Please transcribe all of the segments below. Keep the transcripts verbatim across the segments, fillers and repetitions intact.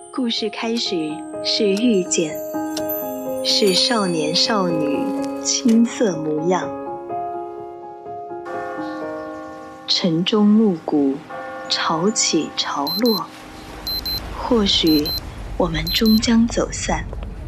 故事开始是遇见，是少年少女青涩模样，晨钟暮鼓，潮起潮落，或许我们终将走散，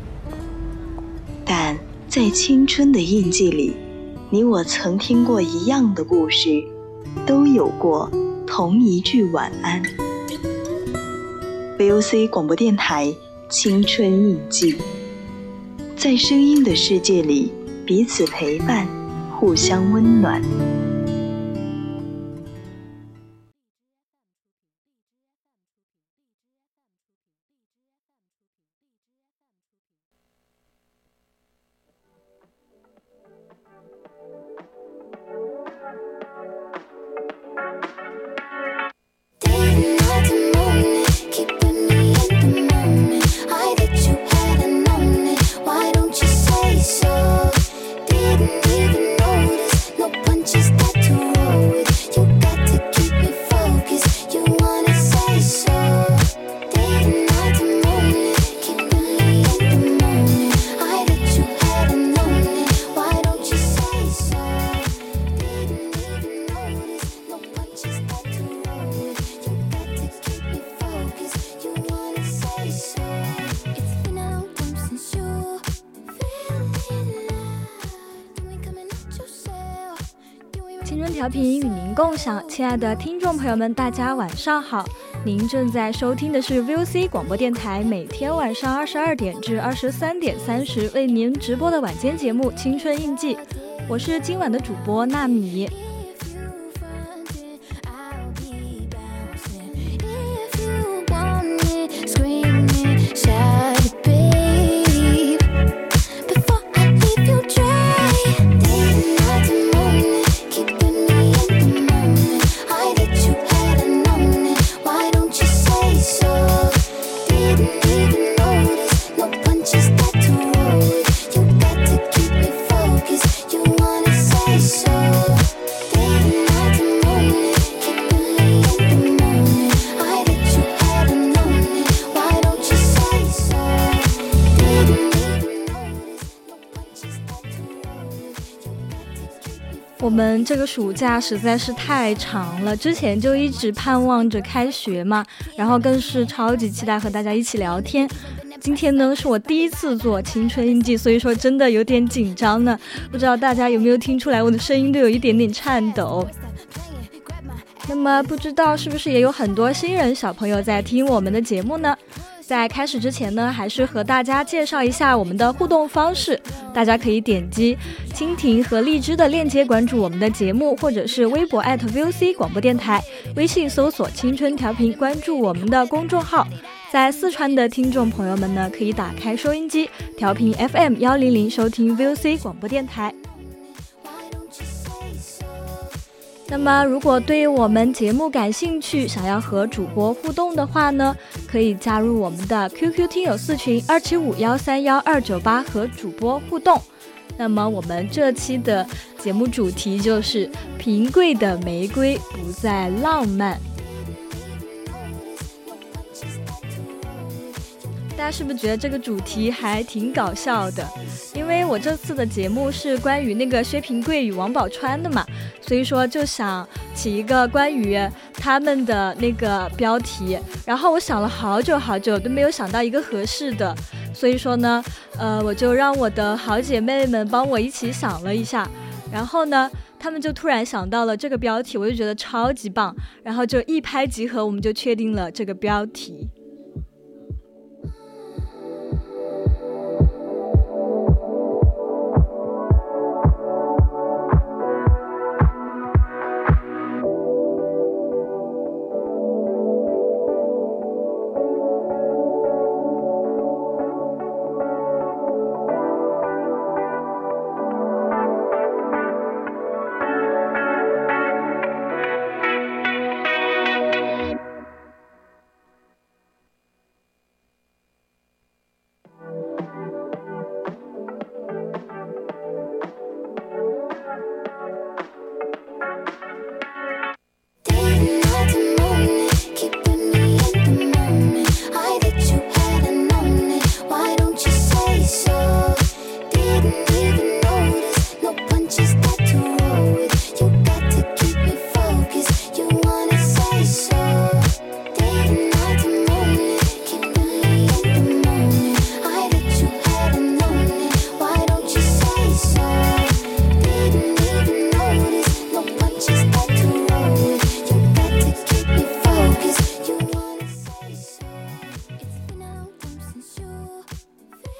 但在青春的印记里，你我曾听过一样的故事，都有过同一句晚安。V O C 广播电台青春印记，在声音的世界里彼此陪伴，互相温暖。 青春调频与您共享，亲爱的听众朋友们，大家晚上好！您正在收听的是 V O C 广播电台每天晚上二十二点至二十三点三十为您直播的晚间节目《青春印记》，我是今晚的主播纳米。我们这个暑假实在是太长了，之前就一直盼望着开学嘛，然后更是超级期待和大家一起聊天。今天呢是我第一次做青春印记，所以说真的有点紧张呢，不知道大家有没有听出来我的声音都有一点点颤抖。那么不知道是不是也有很多新人小朋友在听我们的节目呢？在开始之前呢，还是和大家介绍一下我们的互动方式。大家可以点击蜻蜓和荔枝的链接关注我们的节目，或者是微博 at V O C 广播电台，微信搜索青春调频关注我们的公众号。在四川的听众朋友们呢，可以打开收音机调频 F M 一零零收听 V O C 广播电台。那么如果对我们节目感兴趣，想要和主播互动的话呢，可以加入我们的 Q Q 听友四群二七五幺三幺二九八和主播互动。那么我们这期的节目主题就是平贵的玫瑰不再浪漫。大家是不是觉得这个主题还挺搞笑的？因为我这次的节目是关于那个薛平贵与王宝钏的嘛，所以说就想起一个关于他们的那个标题，然后我想了好久好久都没有想到一个合适的，所以说呢，呃，我就让我的好姐妹们帮我一起想了一下，然后呢，他们就突然想到了这个标题，我就觉得超级棒，然后就一拍即合，我们就确定了这个标题。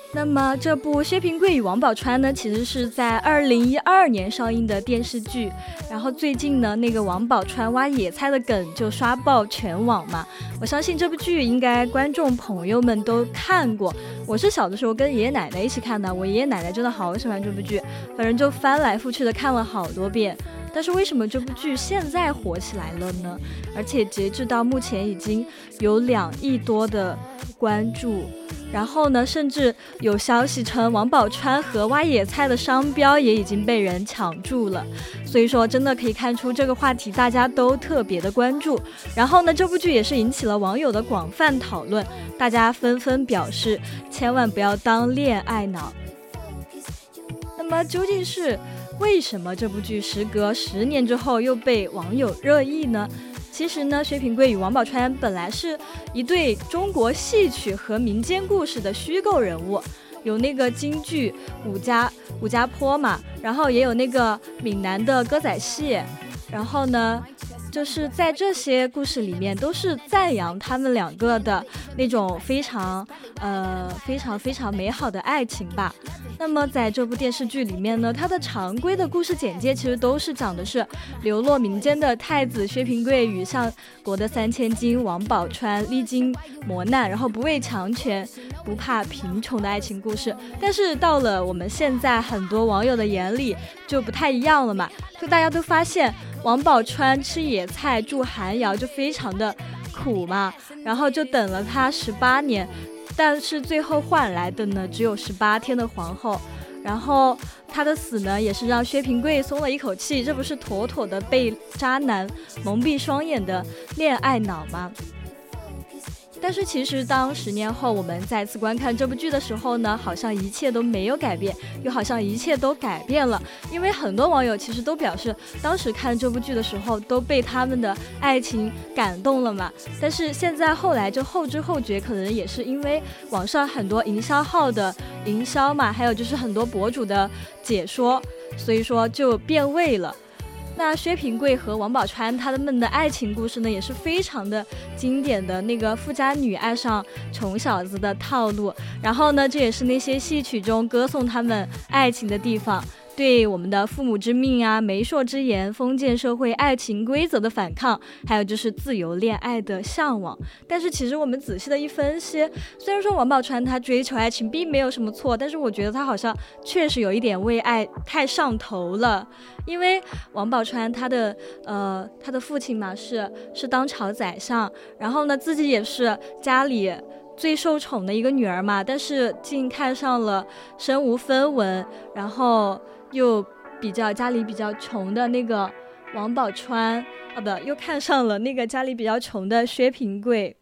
那么这部薛平贵与王宝钏呢，其实是在二零一二年上映的电视剧，然后最近呢那个王宝钏挖野菜的梗就刷爆全网嘛，我相信这部剧应该观众朋友们都看过，我是小的时候跟爷爷奶奶一起看的，我爷爷奶奶真的好喜欢这部剧，反正就翻来覆去的看了好多遍。但是为什么这部剧现在火起来了呢？而且截至到目前已经有两亿多的关注，然后呢甚至有消息称王宝钏和挖野菜的商标也已经被人抢注了，所以说真的可以看出这个话题大家都特别的关注。然后呢这部剧也是引起了网友的广泛讨论，大家纷纷表示千万不要当恋爱脑。那么究竟是为什么这部剧时隔十年之后又被网友热议呢？其实呢，薛平贵与王宝钏本来是一对中国戏曲和民间故事的虚构人物，有那个京剧武家武家坡嘛，然后也有那个闽南的歌仔戏，然后呢就是在这些故事里面都是赞扬他们两个的那种非常呃非常非常美好的爱情吧。那么在这部电视剧里面呢，它的常规的故事简介其实都是讲的是流落民间的太子薛平贵与上国的三千金王宝钏历经磨难，然后不畏强权不怕贫穷的爱情故事。但是到了我们现在很多网友的眼里就不太一样了嘛，就大家都发现王宝钏吃野菜住寒窑就非常的苦嘛，然后就等了他十八年，但是最后换来的呢只有十八天的皇后，然后他的死呢也是让薛平贵松了一口气，这不是妥妥的被渣男蒙蔽双眼的恋爱脑吗？但是其实当十年后我们再次观看这部剧的时候呢，好像一切都没有改变，又好像一切都改变了。因为很多网友其实都表示当时看这部剧的时候都被他们的爱情感动了嘛，但是现在后来就后知后觉，可能也是因为网上很多营销号的营销嘛，还有就是很多博主的解说，所以说就变味了。那薛平贵和王宝钏他们的爱情故事呢，也是非常的经典的那个富家女爱上穷小子的套路，然后呢这也是那些戏曲中歌颂他们爱情的地方，对我们的父母之命啊、媒妁之言、封建社会爱情规则的反抗，还有就是自由恋爱的向往。但是其实我们仔细的一分析，虽然说王宝钏她追求爱情并没有什么错，但是我觉得她好像确实有一点为爱太上头了。因为王宝钏她的呃她的父亲嘛是是当朝宰相，然后呢自己也是家里最受宠的一个女儿嘛，但是竟看上了身无分文，然后又比较家里比较穷的那个王宝钏啊，不，又看上了那个家里比较穷的薛平贵。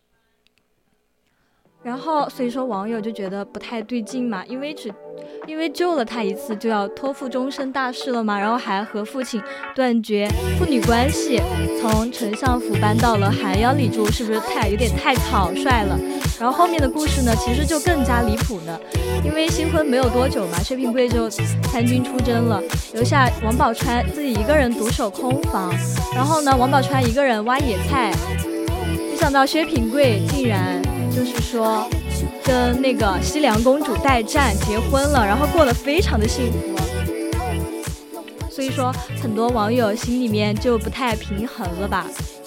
然后所以说网友就觉得不太对劲嘛，因为只因为救了他一次就要托付终身大事了嘛，然后还和父亲断绝父女关系，从丞相府搬到了寒窑里住，是不是太有点太草率了？然后后面的故事呢其实就更加离谱呢，因为新婚没有多久嘛，薛平贵就参军出征了，留下王宝钏自己一个人独守空房，然后呢王宝钏一个人挖野菜，没想到薛平贵竟然就是说跟那个西凉公主代战结婚了，然后过得非常的幸福，所以说很多网友心里面就不太平衡了吧。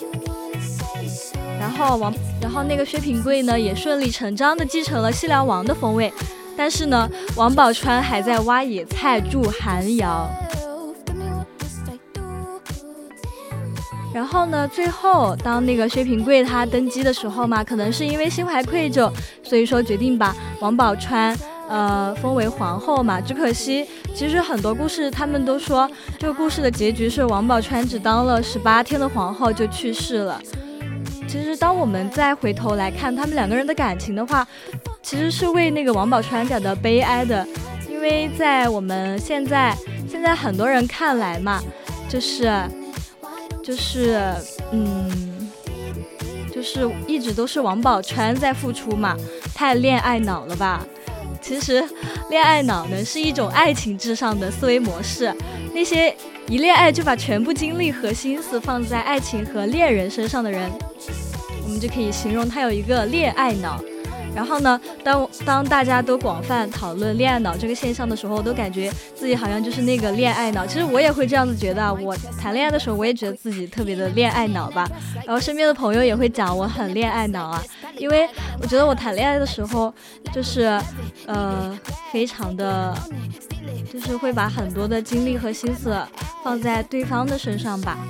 然后王，然后那个薛平贵呢也顺理成章的继承了西凉王的封位，但是呢王宝钏还在挖野菜住寒窑。然后呢最后当那个薛平贵他登基的时候嘛，可能是因为心怀愧疚，所以说决定把王宝钏呃封为皇后嘛。只可惜其实很多故事他们都说这个故事的结局是王宝钏只当了十八天的皇后就去世了。其实当我们再回头来看他们两个人的感情的话，其实是为那个王宝钏感到悲哀的，因为在我们现在现在很多人看来嘛，就是就是嗯，就是一直都是王宝钏在付出嘛，太恋爱脑了吧。其实恋爱脑呢是一种爱情至上的思维模式，那些一恋爱就把全部精力和心思放在爱情和恋人身上的人，我们就可以形容他有一个恋爱脑。 然后呢，当当大家都广泛讨论恋爱脑这个现象的时候，我都感觉自己好像就是那个恋爱脑。其实我也会这样子觉得，我谈恋爱的时候我也觉得自己特别的恋爱脑吧，然后身边的朋友也会讲我很恋爱脑啊，因为我觉得我谈恋爱的时候就是呃非常的就是会把很多的精力和心思放在对方的身上吧。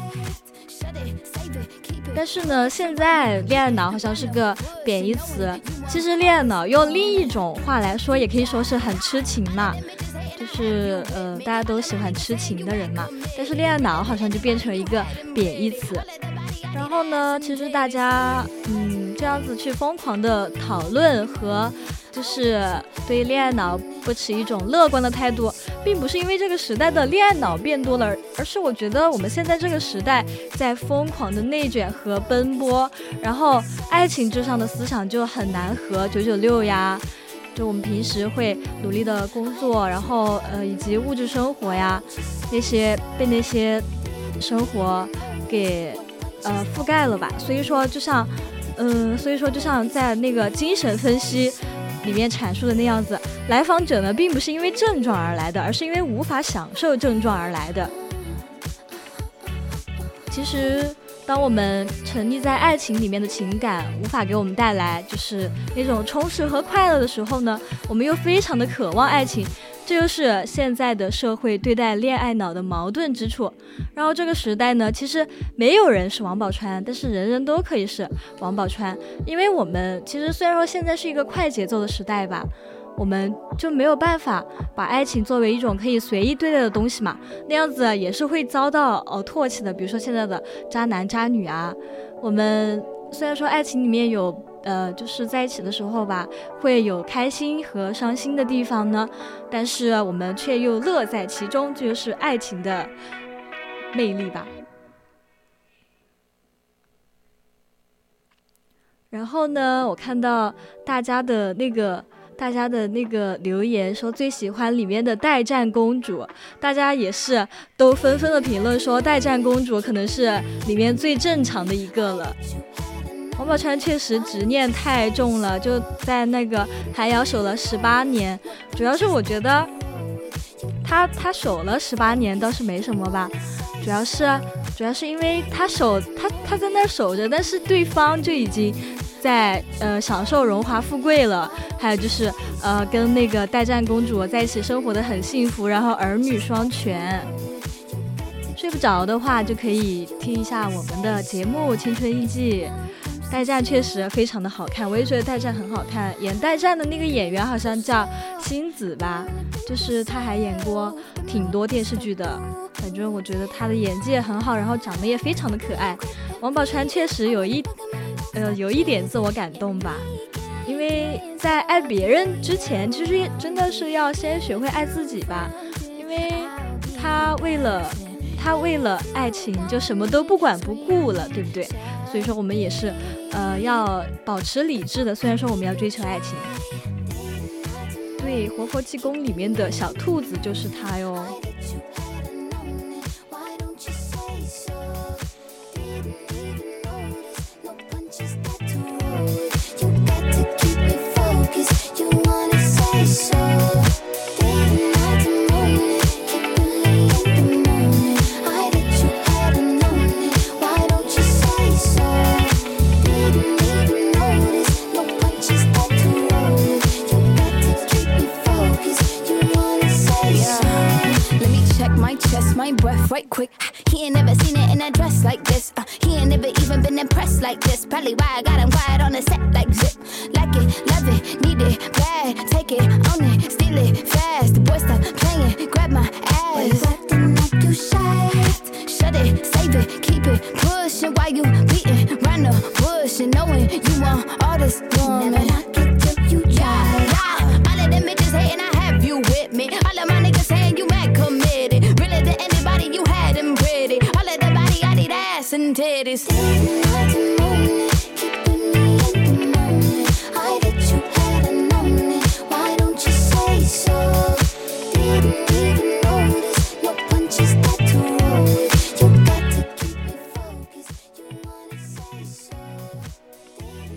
但是呢，现在恋爱脑好像是个贬义词，其实恋爱脑用另一种话来说也可以说是很痴情嘛，就是呃大家都喜欢痴情的人嘛，但是恋爱脑好像就变成一个贬义词。然后呢，其实大家嗯这样子去疯狂的讨论和就是对恋爱脑不持一种乐观的态度，并不是因为这个时代的恋爱脑变多了，而是我觉得我们现在这个时代在疯狂的内卷和奔波，然后爱情至上的思想就很难和九九六呀，就我们平时会努力的工作，然后呃以及物质生活呀，那些被那些生活给呃覆盖了吧。所以说就像嗯、呃，所以说就像在那个精神分析里面阐述的那样子，来访者呢并不是因为症状而来的，而是因为无法享受症状而来的。其实当我们沉溺在爱情里面的情感无法给我们带来就是那种充实和快乐的时候呢，我们又非常的渴望爱情，这就是现在的社会对待恋爱脑的矛盾之处。然后这个时代呢，其实没有人是王宝钏，但是人人都可以是王宝钏，因为我们其实虽然说现在是一个快节奏的时代吧，我们就没有办法把爱情作为一种可以随意对待的东西嘛，那样子也是会遭到呃唾弃的。比如说现在的渣男渣女啊，我们虽然说爱情里面有呃就是在一起的时候吧会有开心和伤心的地方呢，但是我们却又乐在其中，这就是爱情的魅力吧。然后呢，我看到大家的那个大家的那个留言说最喜欢里面的代战公主，大家也是都纷纷的评论说代战公主可能是里面最正常的一个了。王宝钏确实执念太重了，就在那个海瑶守了十八年，主要是我觉得他他守了十八年倒是没什么吧，主要是主要是因为他守他他在那守着，但是对方就已经在呃享受荣华富贵了，还有就是呃跟那个代战公主在一起生活的很幸福，然后儿女双全。睡不着的话就可以听一下我们的节目《青春艺伎》。代战确实非常的好看，我也觉得代战很好看。演代战的那个演员好像叫星子吧，就是他还演过挺多电视剧的，反正我觉得他的演技也很好，然后长得也非常的可爱。王宝钏确实有一呃有一点自我感动吧，因为在爱别人之前其实真的是要先学会爱自己吧，因为他为了他为了爱情就什么都不管不顾了，对不对？所以说我们也是呃要保持理智的，虽然说我们要追求爱情。对，活佛济公里面的小兔子就是他哟。 Right quick, he ain't never seen it in a dress like this. Uh, he ain't never even been impressed like this. Probably why I got him quiet on the set like zip. Like it, love it, need it, bad. Take it, own it, steal it, fast. The boy stop playing, grab my ass. Why you acting like you shy? Shut it, save it, keep it pushing. While you beating round the bush and knowing you want all this woman. Never knock it till you try. Yeah, all of them bitches hating, I have you with me. All of my niggas saying you mad committed. Really to anybody you had them pretty. All of the body I need ass and titties. Day night to morning, keeping me in the moment. I bet you hadn't known it. Why don't you say so? Didn't even notice your punches that to roll with. You got to keep me focused. You wanna say so? Day night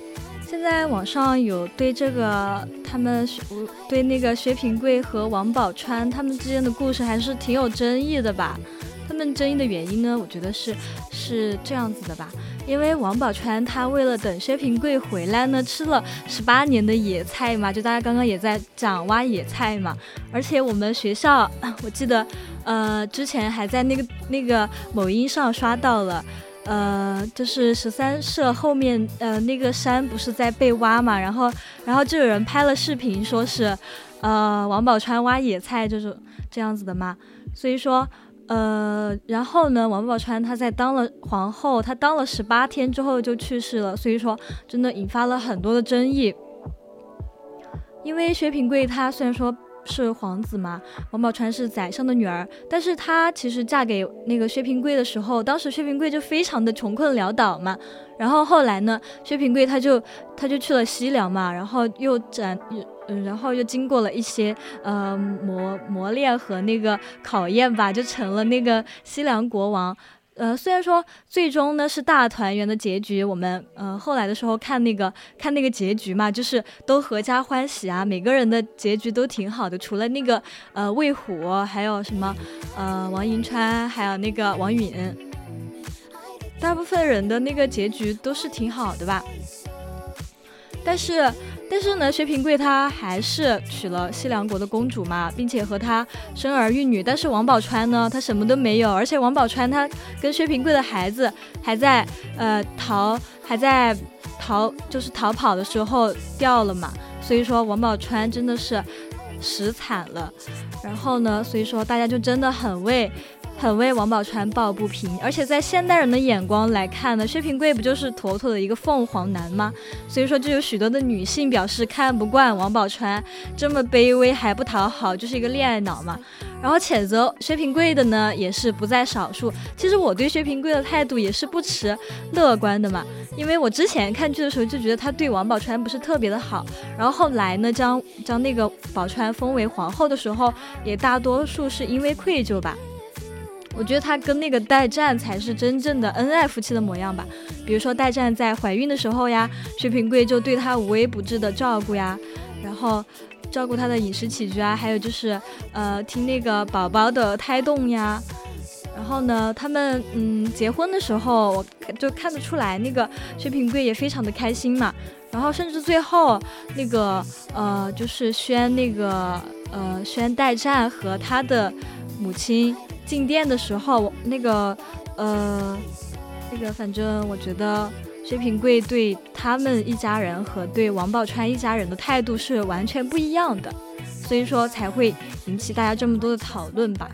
现在网上有对这个他们对那个薛平贵和王宝钏他们之间的故事还是挺有争议的吧。他们争议的原因呢，我觉得是是这样子的吧。因为王宝钏她为了等薛平贵回来呢，吃了十八年的野菜嘛，就大家刚刚也在讲挖野菜嘛。而且我们学校，我记得呃之前还在那个那个某音上刷到了。呃，就是十三社后面，呃，那个山不是在被挖嘛，然后，然后就有人拍了视频，说是，呃，王宝钏挖野菜，就是这样子的嘛。所以说，呃，然后呢，王宝钏她在当了皇后，她当了十八天之后就去世了，所以说真的引发了很多的争议。因为薛平贵她虽然说是皇子嘛，王宝钏是宰相的女儿，但是她其实嫁给那个薛平贵的时候，当时薛平贵就非常的穷困潦倒嘛，然后后来呢，薛平贵他就他就去了西凉嘛，然后又斩，嗯，然后又经过了一些呃磨磨练和那个考验吧，就成了那个西凉国王。呃，虽然说最终呢是大团圆的结局，我们呃后来的时候看那个看那个结局嘛，就是都合家欢喜啊，每个人的结局都挺好的，除了那个呃魏虎，还有什么呃王银川，还有那个王允，大部分人的那个结局都是挺好的吧。但是但是呢，薛平贵她还是娶了西凉国的公主嘛，并且和她生儿育女。但是王宝钏呢，她什么都没有，而且王宝钏她跟薛平贵的孩子还在呃逃，还在逃，就是逃跑的时候掉了嘛。所以说王宝钏真的是死惨了。然后呢，所以说大家就真的很为。很为王宝钏抱不平，而且在现代人的眼光来看呢，薛平贵不就是妥妥的一个凤凰男吗？所以说就有许多的女性表示看不惯王宝钏这么卑微还不讨好，就是一个恋爱脑嘛。然后谴责薛平贵的呢也是不在少数。其实我对薛平贵的态度也是不持乐观的嘛，因为我之前看剧的时候就觉得他对王宝钏不是特别的好，然后后来呢将将那个宝钏封为皇后的时候，也大多数是因为愧疚吧。我觉得他跟那个代战才是真正的恩爱夫妻的模样吧。比如说代战在怀孕的时候呀，薛平贵就对她无微不至的照顾呀，然后照顾她的饮食起居啊，还有就是呃听那个宝宝的胎动呀。然后呢，他们嗯结婚的时候，我就看得出来那个薛平贵也非常的开心嘛。然后甚至最后那个呃就是宣那个呃宣代战和他的母亲进殿的时候，那个呃那个反正我觉得薛平贵对他们一家人和对王宝钏一家人的态度是完全不一样的，所以说才会引起大家这么多的讨论吧。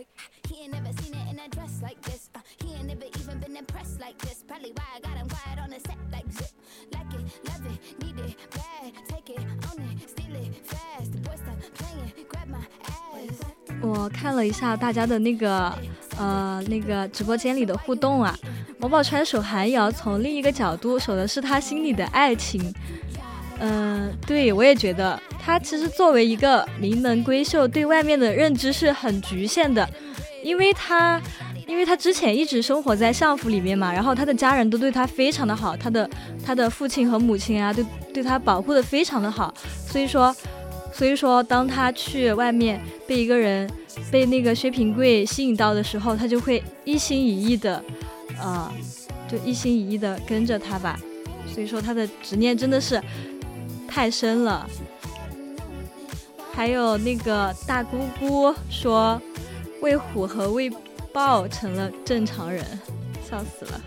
我看了一下大家的那个呃那个直播间里的互动啊，王宝钏守寒窑从另一个角度守的是他心里的爱情。嗯、呃，对，我也觉得他其实作为一个名门闺秀，对外面的认知是很局限的，因为他因为他之前一直生活在相府里面嘛，然后他的家人都对他非常的好，他的他的父亲和母亲啊，对对他保护的非常的好，所以说。所以说当他去外面被一个人被那个薛平贵吸引到的时候，他就会一心一意的呃，就一心一意的跟着他吧。所以说他的执念真的是太深了。还有那个大姑姑说魏虎和魏豹成了正常人，笑死了。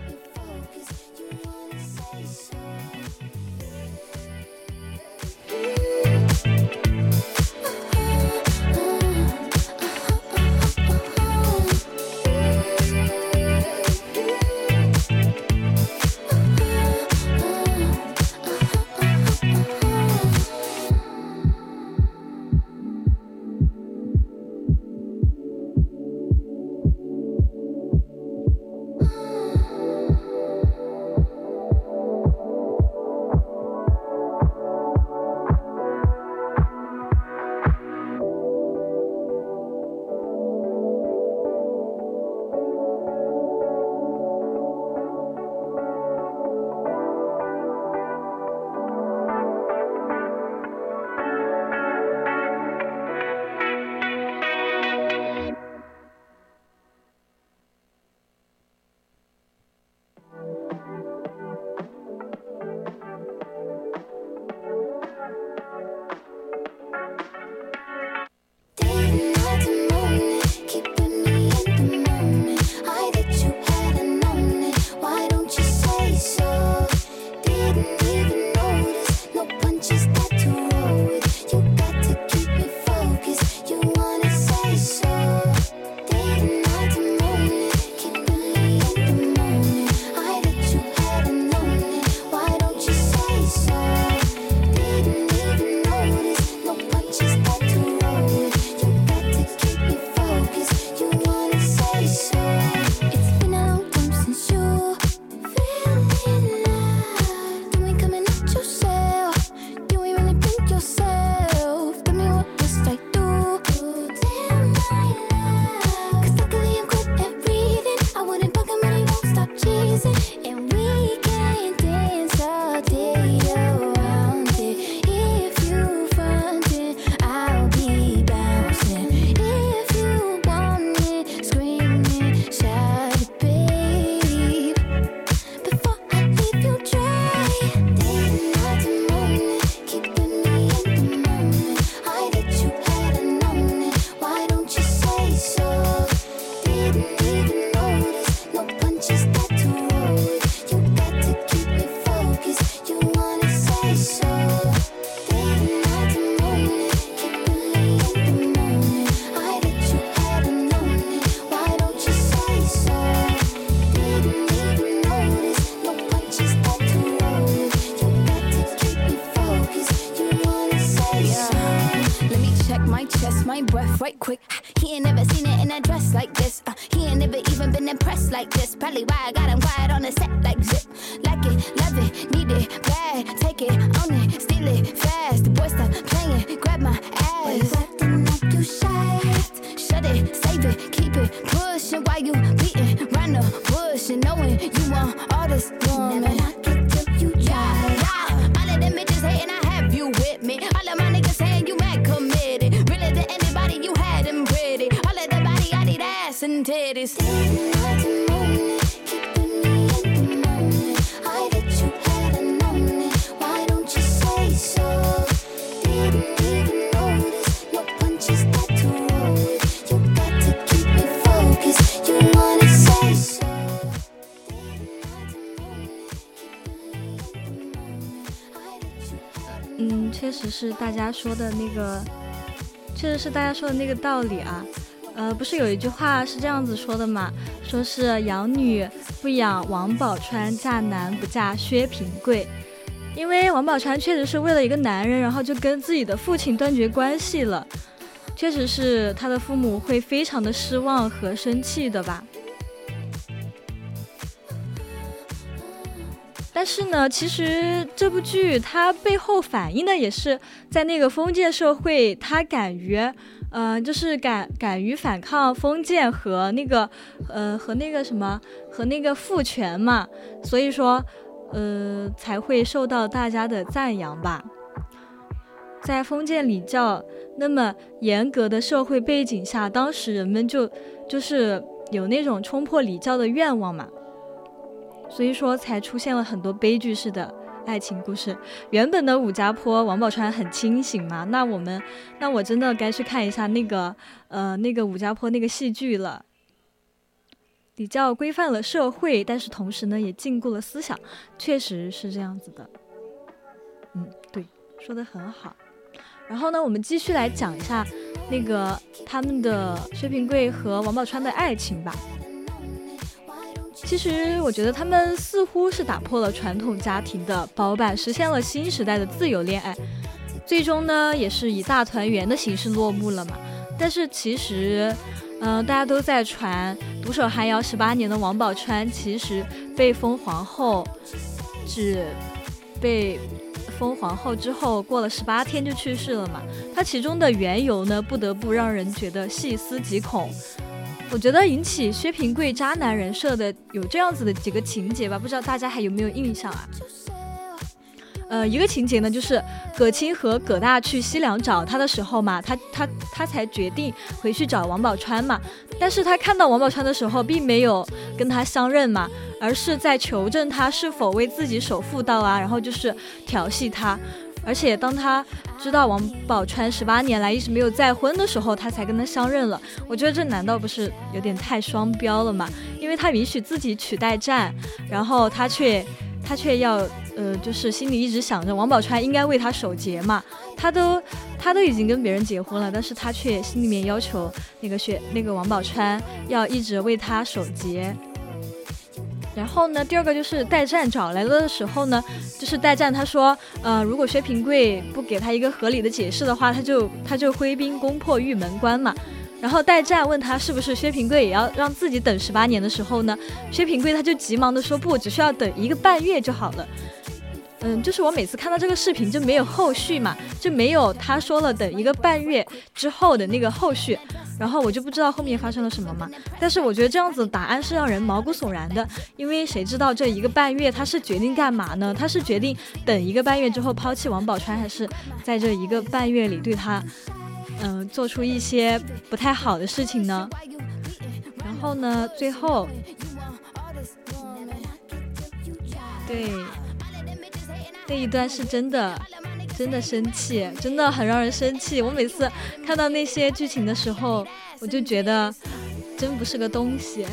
my breath right quick. He ain't never seen it in a dress like this. Uh, he ain't never even been impressed like this. Probably why I got him quiet on the set like zip. Like it, love it, need it, bad. Take it, own it, steal it, fast. The boy stop playing, grab my ass. Why you acting like you shy? Shut it, save it, keep it pushing. While you beating round the bush and knowing you want all this woman. Never knock it till you try. Yeah, all of them bitches hating, I have you with me. All of my niggas saying you mad committed. Really to anybody, you had them pretty. All of the body, I need ass and titties. Didn't have to moan it, keeping me in the moment. I bet you hadn't known it. Why don't you say so? Didn't even notice. No punches that to roll with. You got to keep me focused. You wanna say so? 嗯，确实是大家说的那个，确实是大家说的那个道理啊。呃，不是有一句话是这样子说的嘛？说是养女不养王宝钏，嫁男不嫁薛平贵。因为王宝钏确实是为了一个男人，然后就跟自己的父亲断绝关系了，确实是他的父母会非常的失望和生气的吧。但是呢，其实这部剧它背后反映的也是在那个封建社会，它敢于，呃，就是敢敢于反抗封建和那个，呃，和那个什么和那个父权嘛，所以说，呃，才会受到大家的赞扬吧。在封建礼教那么严格的社会背景下，当时人们就就是有那种冲破礼教的愿望嘛。所以说才出现了很多悲剧式的爱情故事。原本的武家坡王宝钏很清醒嘛，那我们那我真的该去看一下那个呃那个武家坡那个戏剧了。礼教规范了社会，但是同时呢也禁锢了思想，确实是这样子的。嗯，对，说得很好。然后呢，我们继续来讲一下那个他们的薛平贵和王宝钏的爱情吧。其实我觉得他们似乎是打破了传统家庭的包办，实现了新时代的自由恋爱，最终呢也是以大团圆的形式落幕了嘛。但是其实嗯、呃，大家都在传独守寒窑十八年的王宝钏其实被封皇后，只被封皇后之后过了十八天就去世了嘛。它其中的缘由呢不得不让人觉得细思极恐。我觉得引起薛平贵渣男人设的有这样子的几个情节吧，不知道大家还有没有印象啊？呃，一个情节呢，就是葛青和葛大去西凉找他的时候嘛，他他他才决定回去找王宝钏嘛。但是他看到王宝钏的时候，并没有跟他相认嘛，而是在求证他是否为自己守妇道啊，然后就是调戏他。而且当他知道王宝钏十八年来一直没有再婚的时候，他才跟他相认了。我觉得这难道不是有点太双标了吗？因为他允许自己娶代战，然后他却他却要呃，就是心里一直想着王宝钏应该为他守节嘛。他都他都已经跟别人结婚了，但是他却心里面要求那个学那个王宝钏要一直为他守节。然后呢，第二个就是代战找来了的时候呢，就是代战他说，呃，如果薛平贵不给他一个合理的解释的话，他就他就挥兵攻破玉门关嘛。然后代战问他是不是薛平贵也要让自己等十八年的时候呢，薛平贵他就急忙的说不，只需要等一个半月就好了。嗯，就是我每次看到这个视频就没有后续嘛，就没有他说了等一个半月之后的那个后续，然后我就不知道后面发生了什么嘛。但是我觉得这样子答案是让人毛骨悚然的，因为谁知道这一个半月他是决定干嘛呢？他是决定等一个半月之后抛弃王宝钏，还是在这一个半月里对他嗯、呃、做出一些不太好的事情呢？然后呢，最后对那一段是真的真的生气，真的很让人生气。我每次看到那些剧情的时候，我就觉得真不是个东西。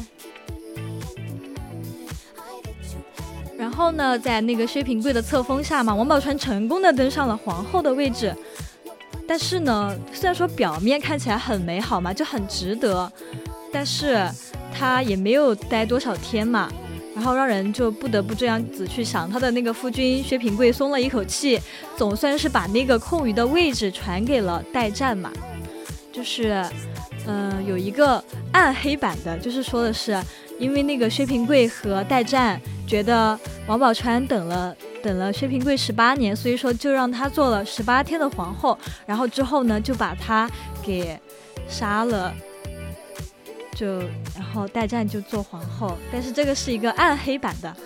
然后呢，在那个薛平贵的册封下嘛，王宝钏成功的登上了皇后的位置。但是呢，虽然说表面看起来很美好嘛，就很值得，但是她也没有待多少天嘛。然后让人就不得不这样子去想，他的那个夫君薛平贵松了一口气，总算是把那个空余的位置传给了代战嘛。 就是呃有一个暗黑版的，就是说的是因为那个薛平贵和代战觉得王宝钏等了等了薛平贵十八年，所以说就让他做了十八天的皇后，然后之后呢就把他给杀了，就然后代战就做皇后，但是这个是一个暗黑版的。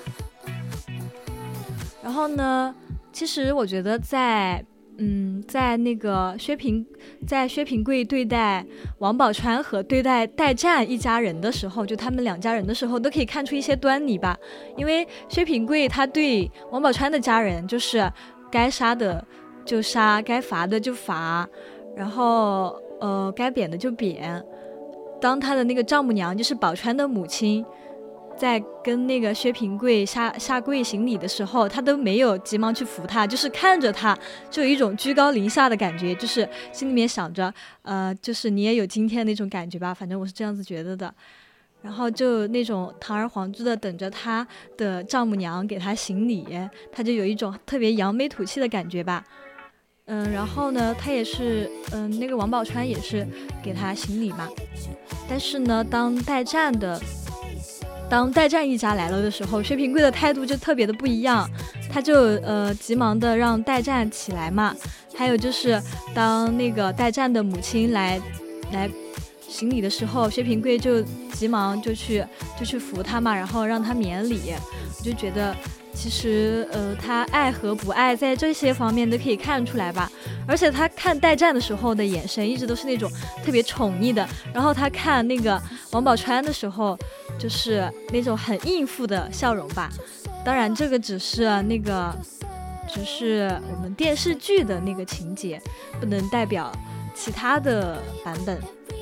然后呢其实我觉得在嗯，在那个薛平，在薛平贵对待王宝钏和对待代战一家人的时候，就他们两家人的时候，都可以看出一些端倪吧。因为薛平贵他对王宝钏的家人就是该杀的就杀，该罚的就罚，然后呃该贬的就贬。当他的那个丈母娘就是宝钏的母亲，在跟那个薛平贵下下跪行礼的时候，他都没有急忙去扶他，就是看着他就有一种居高临下的感觉，就是心里面想着呃，就是你也有今天那种感觉吧，反正我是这样子觉得的。然后就那种堂而皇之的等着他的丈母娘给他行礼，他就有一种特别扬眉吐气的感觉吧。嗯，然后呢他也是嗯，那个王宝钏也是给他行礼嘛。但是呢当代战的当代战一家来了的时候，薛平贵的态度就特别的不一样，他就呃急忙的让代战起来嘛。还有就是当那个代战的母亲来来行礼的时候，薛平贵就急忙就去就去扶他嘛，然后让他免礼。我就觉得其实呃他爱和不爱在这些方面都可以看出来吧。而且他看代战的时候的眼神一直都是那种特别宠溺的，然后他看那个王宝钏的时候就是那种很应付的笑容吧。当然这个只是那个只是我们电视剧的那个情节，不能代表其他的版本。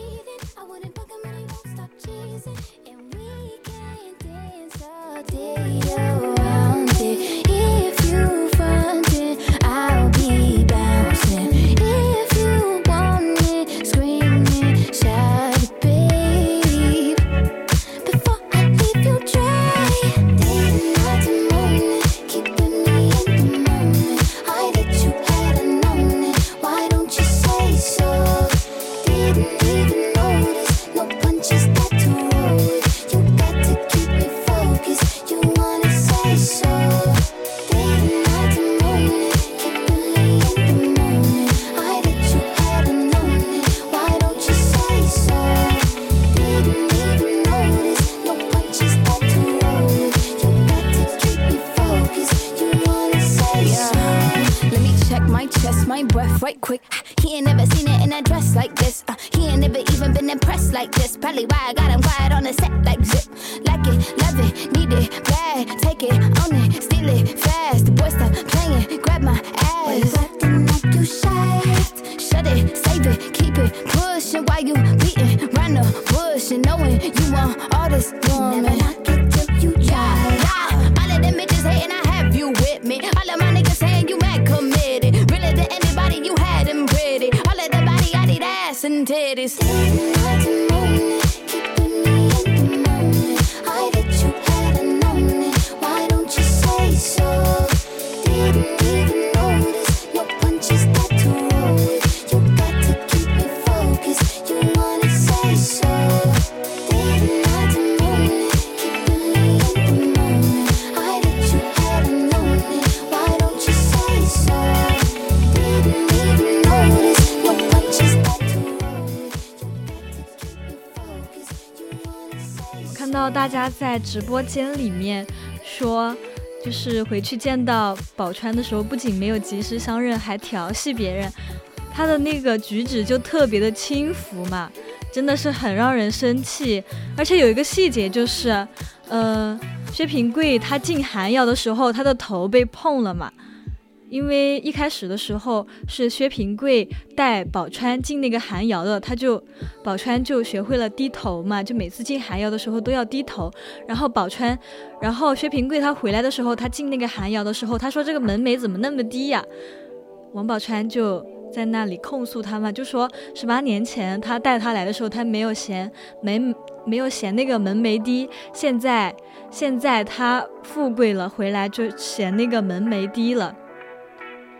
大家在直播间里面说，就是回去见到宝钏的时候，不仅没有及时相认，还调戏别人，他的那个举止就特别的轻浮嘛，真的是很让人生气。而且有一个细节就是，呃，薛平贵他进寒窑的时候，他的头被碰了嘛。因为一开始的时候是薛平贵带宝钏进那个寒窑的，他就宝钏就学会了低头嘛，就每次进寒窑的时候都要低头。然后宝钏，然后薛平贵他回来的时候，他进那个寒窑的时候，他说这个门楣怎么那么低呀？王宝钏就在那里控诉他嘛，就说十八年前他带他来的时候，他没有嫌门没有嫌那个门楣低，现在现在他富贵了回来就嫌那个门楣低了。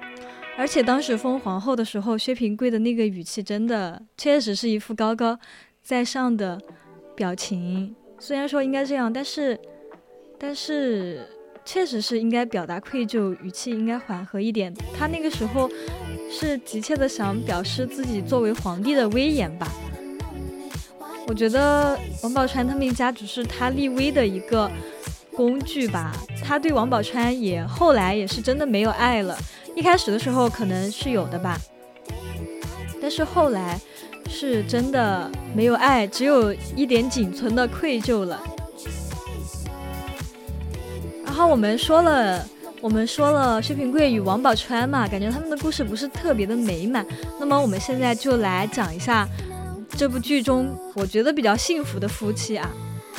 而且当时封皇后的时候，薛平贵的那个语气真的确实是一副高高在上的表情，虽然说应该这样，但是但是确实是应该表达愧疚，语气应该缓和一点。他那个时候是急切的想表示自己作为皇帝的威严吧。我觉得王宝钏他们一家只是他立威的一个工具吧，他对王宝钏也后来也是真的没有爱了，一开始的时候可能是有的吧，但是后来是真的没有爱，只有一点仅存的愧疚了。然后我们说了我们说了薛平贵与王宝钏嘛，感觉他们的故事不是特别的美满，那么我们现在就来讲一下这部剧中我觉得比较幸福的夫妻啊。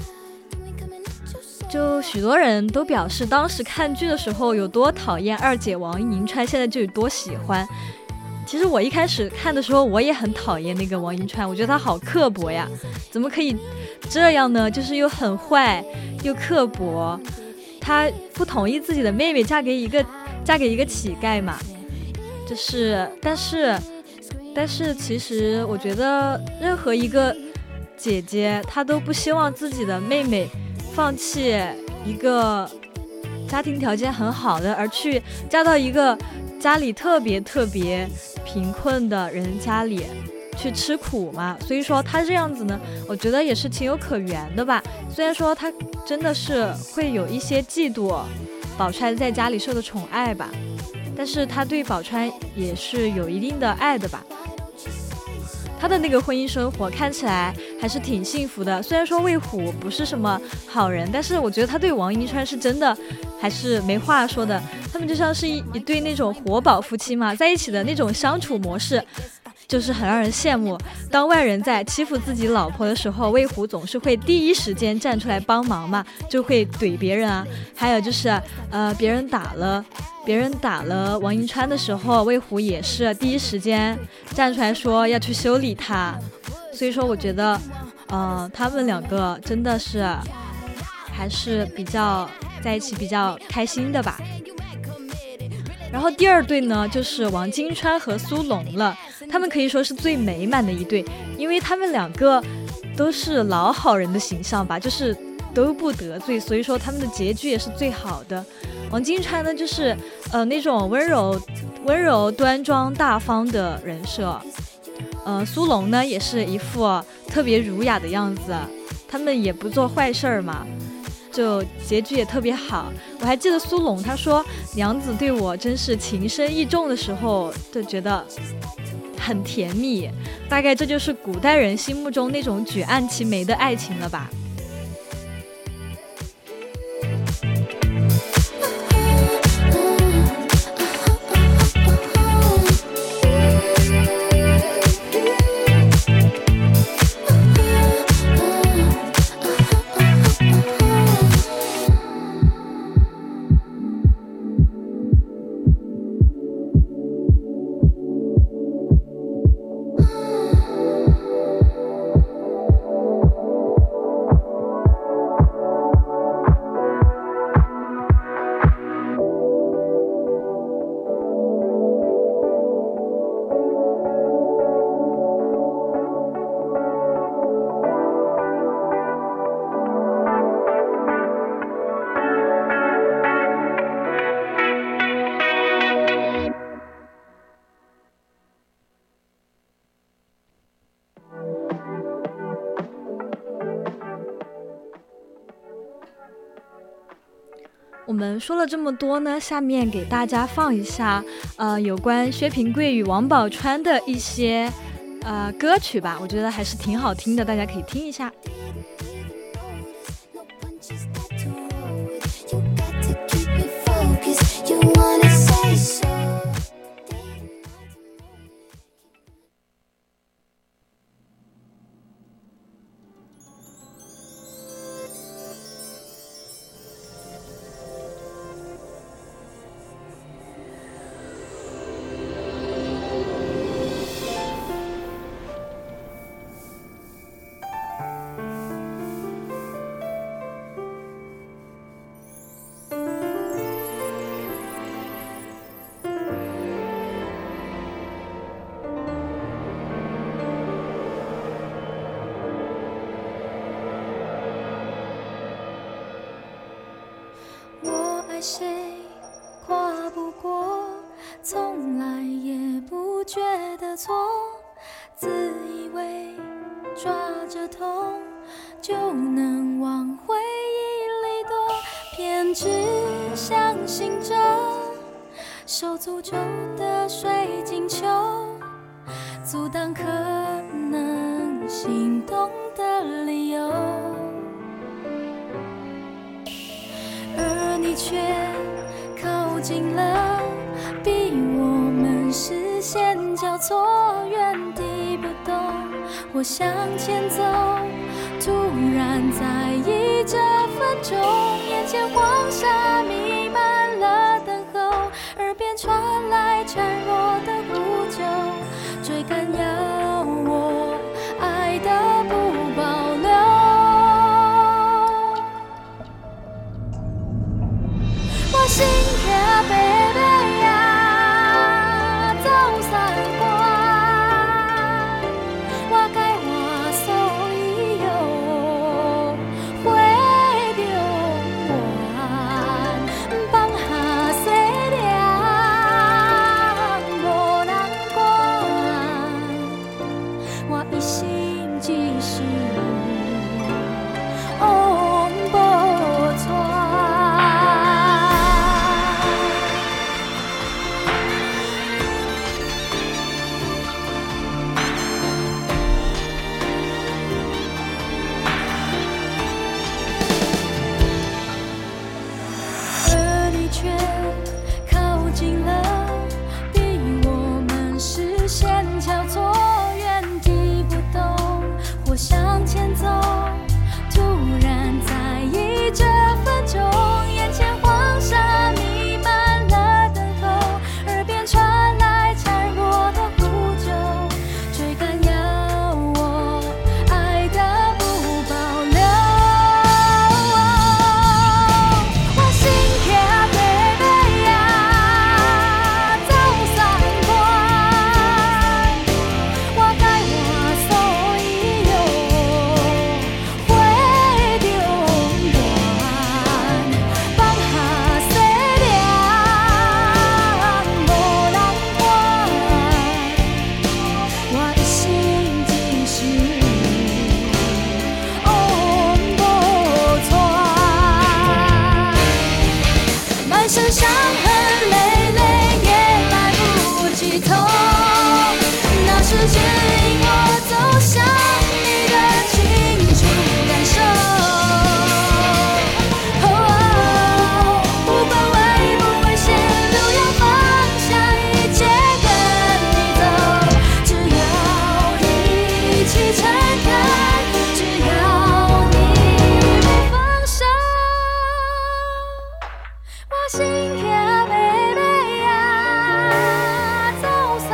就许多人都表示当时看剧的时候有多讨厌二姐王银川，现在就有多喜欢。其实我一开始看的时候我也很讨厌那个王银川，我觉得她好刻薄呀，怎么可以这样呢，就是又很坏又刻薄，她不同意自己的妹妹嫁给一个嫁给一个乞丐嘛，就是但是但是其实我觉得任何一个姐姐她都不希望自己的妹妹放弃一个家庭条件很好的，而去嫁到一个家里特别特别贫困的人家里去吃苦嘛。所以说她这样子呢，我觉得也是情有可原的吧。虽然说她真的是会有一些嫉妒宝钏在家里受的宠爱吧，但是她对宝钏也是有一定的爱的吧。他的那个婚姻生活看起来还是挺幸福的，虽然说魏虎不是什么好人，但是我觉得他对王银川是真的还是没话说的。他们就像是一一对那种活宝夫妻嘛，在一起的那种相处模式就是很让人羡慕。当外人在欺负自己老婆的时候，魏虎总是会第一时间站出来帮忙嘛，就会怼别人啊。还有就是呃，别人打了别人打了王银川的时候，魏虎也是第一时间站出来说要去修理他。所以说我觉得呃，他们两个真的是还是比较在一起比较开心的吧。然后第二对呢，就是王金钏和苏龙了，他们可以说是最美满的一对，因为他们两个都是老好人的形象吧，就是都不得罪，所以说他们的结局也是最好的。王金钏呢，就是呃那种温柔温柔端庄大方的人设，呃苏龙呢也是一副特别儒雅的样子，他们也不做坏事儿嘛，就结局也特别好。我还记得苏龙他说娘子对我真是情深意重的时候，就觉得很甜蜜，大概这就是古代人心目中那种举案齐眉的爱情了吧。我们说了这么多呢，下面给大家放一下呃有关薛平贵与王宝钏的一些呃歌曲吧，我觉得还是挺好听的，大家可以听一下。 谁跨不过，从来也不觉得错，自以为抓着痛就能往回忆里躲，偏只相信着手诅咒的水晶球，阻挡可能心动的理由，而你却靠近了，逼我们视线交错，原地不动或向前走，突然在意这分钟，眼前黄沙弥漫了等候，耳边传来孱弱的呼救，追赶要我爱的不保留。我心跳贝贝呀，走三关，我该话所以有会中原，放下西凉无人管，我一心只是往无传。而你却靠近了，逼我们视线交错，原地不动或向前走，突然在意这分钟，眼前黄沙弥漫了等候，耳边传来孱弱的呼救，追赶要我爱的不保留。我心跳贝贝呀，走三关，我该话所以有会中原，放下西凉无人管，我一心只是往无传，满身伤痕累累也来不及痛，那是指引我走向你的清楚感受。哦，不管危不危险，路要放下一切跟你走，只要你一起承担，只要你不放手。我心跳贝贝呀，走三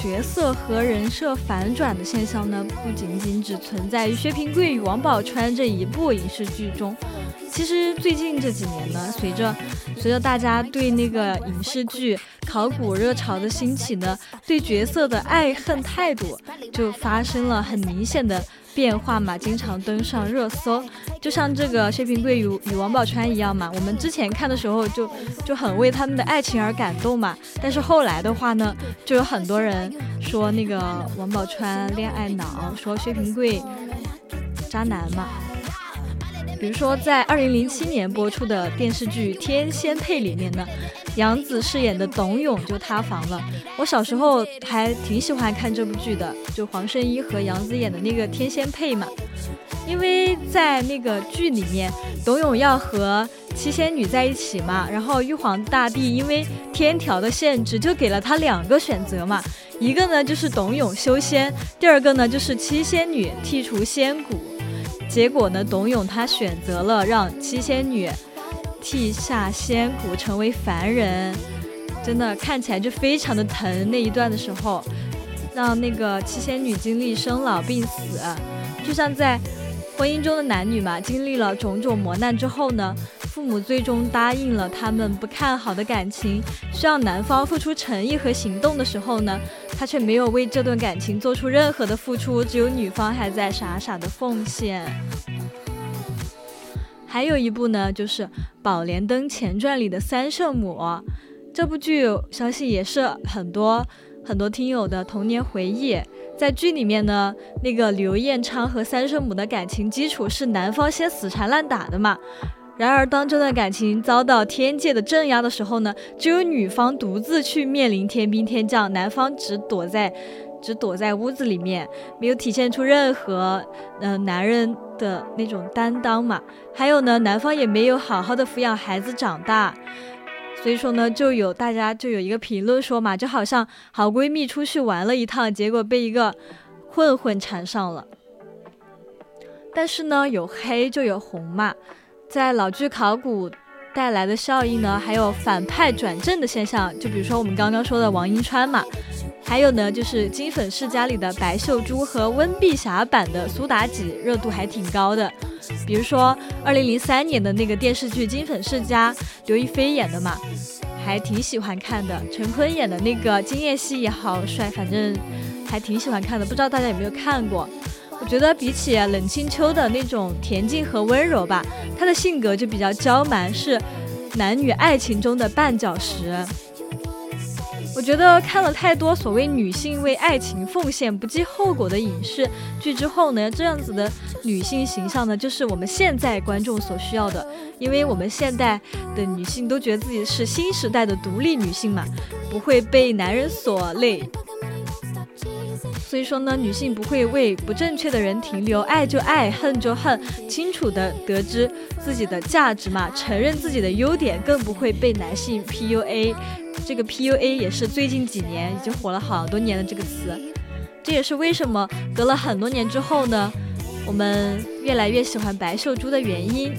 角色和人设反转的现象呢，不仅仅只存在于薛平贵与王宝钏这一部影视剧中。其实最近这几年呢，随着随着大家对那个影视剧考古热潮的兴起呢，对角色的爱恨态度就发生了很明显的变化嘛，经常登上热搜。就像这个薛平贵与与王宝钏一样嘛，我们之前看的时候就就很为他们的爱情而感动嘛，但是后来的话呢，就有很多人说那个王宝钏恋爱脑，说薛平贵渣男嘛。比如说在二零零七年播出的电视剧《天仙配》里面呢，杨紫饰演的董永就塌房了。我小时候还挺喜欢看这部剧的，就黄圣依和杨紫演的那个天仙配嘛。因为在那个剧里面，董永要和七仙女在一起嘛，然后玉皇大帝因为天条的限制，就给了他两个选择嘛，一个呢就是董永修仙，第二个呢就是七仙女剔除仙骨。结果呢，董永他选择了让七仙女剃下仙骨成为凡人，真的看起来就非常的疼。那一段的时候，让那个七仙女经历生老病死，就像在婚姻中的男女嘛，经历了种种磨难之后呢，父母最终答应了他们不看好的感情，需要男方付出诚意和行动的时候呢，他却没有为这段感情做出任何的付出，只有女方还在傻傻的奉献。还有一部呢，就是《宝莲灯前传》里的三圣母，这部剧相信也是很多很多听友的童年回忆。在剧里面呢，那个刘彦昌和三圣母的感情基础是男方先死缠烂打的嘛。然而当这段感情遭到天界的镇压的时候呢，只有女方独自去面临天兵天将，男方只躲在只躲在屋子里面，没有体现出任何呃男人的那种担当嘛。还有呢，男方也没有好好的抚养孩子长大。所以说呢，就有大家就有一个评论说嘛，就好像好闺蜜出去玩了一趟，结果被一个混混缠上了。但是呢，有黑就有红嘛，在老剧考古带来的效应呢，还有反派转正的现象，就比如说我们刚刚说的王银川嘛，还有呢就是金粉世家里的白秀珠和温碧霞版的苏妲己热度还挺高的。比如说二零零三年的那个电视剧《金粉世家》，刘亦菲演的嘛，还挺喜欢看的。陈坤演的那个金燕西也好帅，反正还挺喜欢看的，不知道大家有没有看过。我觉得比起冷清秋的那种恬静和温柔吧，她的性格就比较娇蛮，是男女爱情中的绊脚石。我觉得看了太多所谓女性为爱情奉献不计后果的影视剧之后呢，这样子的女性形象呢，就是我们现在观众所需要的。因为我们现代的女性都觉得自己是新时代的独立女性嘛，不会被男人所累。所以说呢，女性不会为不正确的人停留，爱就爱，恨就恨，清楚的得知自己的价值嘛，承认自己的优点，更不会被男性 P U A。 这个 P U A 也是最近几年已经火了好多年的这个词，这也是为什么隔了很多年之后呢，我们越来越喜欢白秀珠的原因。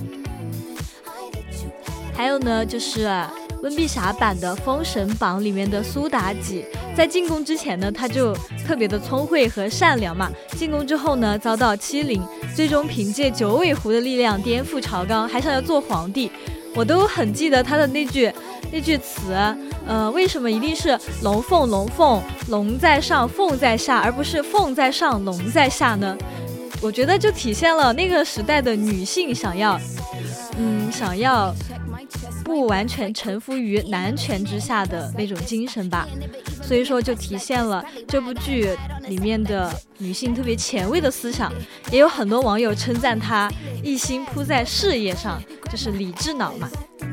还有呢，就是温碧霞版的《封神榜》里面的苏妲己，在进宫之前呢，她就特别的聪慧和善良嘛，进宫之后呢，遭到欺凌，最终凭借九尾狐的力量颠覆朝纲，还想要做皇帝。我都很记得她的那句那句词，呃，为什么一定是龙凤龙凤，龙在上凤在下，而不是凤在上龙在下呢？我觉得就体现了那个时代的女性想要嗯想要不完全臣服于男权之下的那种精神吧。所以说就体现了这部剧里面的女性特别前卫的思想。也有很多网友称赞她一心扑在事业上，就是理智脑嘛。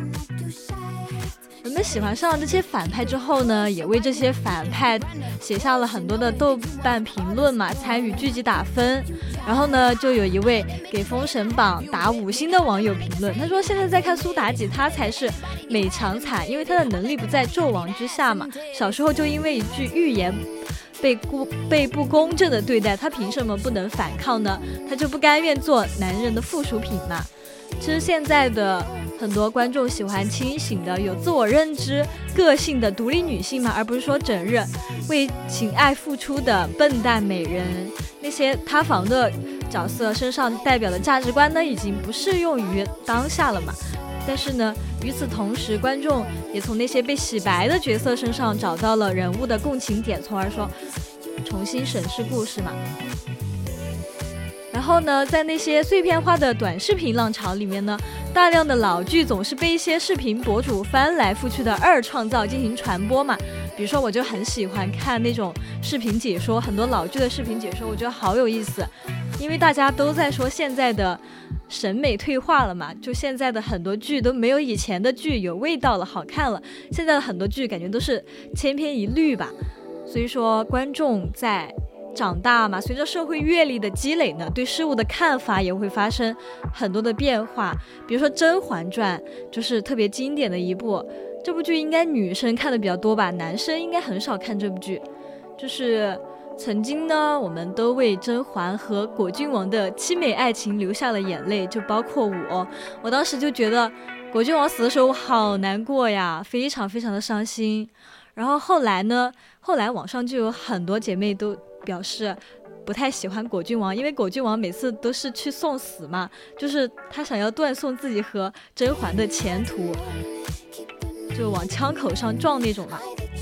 人们喜欢上了这些反派之后呢，也为这些反派写下了很多的豆瓣评论嘛，参与剧集打分。然后呢，就有一位给《封神榜》打五星的网友评论，他说现在在看苏妲己，她才是美强惨，因为她的能力不在纣王之下嘛，小时候就因为一句预言被不被不公正的对待，她凭什么不能反抗呢？她就不甘愿做男人的附属品嘛。其实现在的很多观众喜欢清醒的、有自我认知、个性的独立女性嘛，而不是说整日为情爱付出的笨蛋美人。那些塌房的角色身上代表的价值观呢，已经不适用于当下了嘛。但是呢，与此同时，观众也从那些被洗白的角色身上找到了人物的共情点，从而说重新审视故事嘛。然后呢，在那些碎片化的短视频浪潮里面呢，大量的老剧总是被一些视频博主翻来覆去的二创造进行传播嘛。比如说，我就很喜欢看那种视频解说，很多老剧的视频解说，我觉得好有意思，因为大家都在说现在的审美退化了嘛，就现在的很多剧都没有以前的剧有味道了，好看了。现在的很多剧感觉都是千篇一律吧，所以说观众在长大嘛，随着社会阅历的积累呢，对事物的看法也会发生很多的变化。比如说《甄嬛传》就是特别经典的一部，这部剧应该女生看的比较多吧，男生应该很少看这部剧。就是曾经呢，我们都为甄嬛和果郡王的凄美爱情流下了眼泪，就包括我。我当时就觉得果郡王死的时候我好难过呀，非常非常的伤心。然后后来呢，后来网上就有很多姐妹都表示不太喜欢果郡王，因为果郡王每次都是去送死嘛，就是他想要断送自己和甄嬛的前途，就往枪口上撞那种嘛。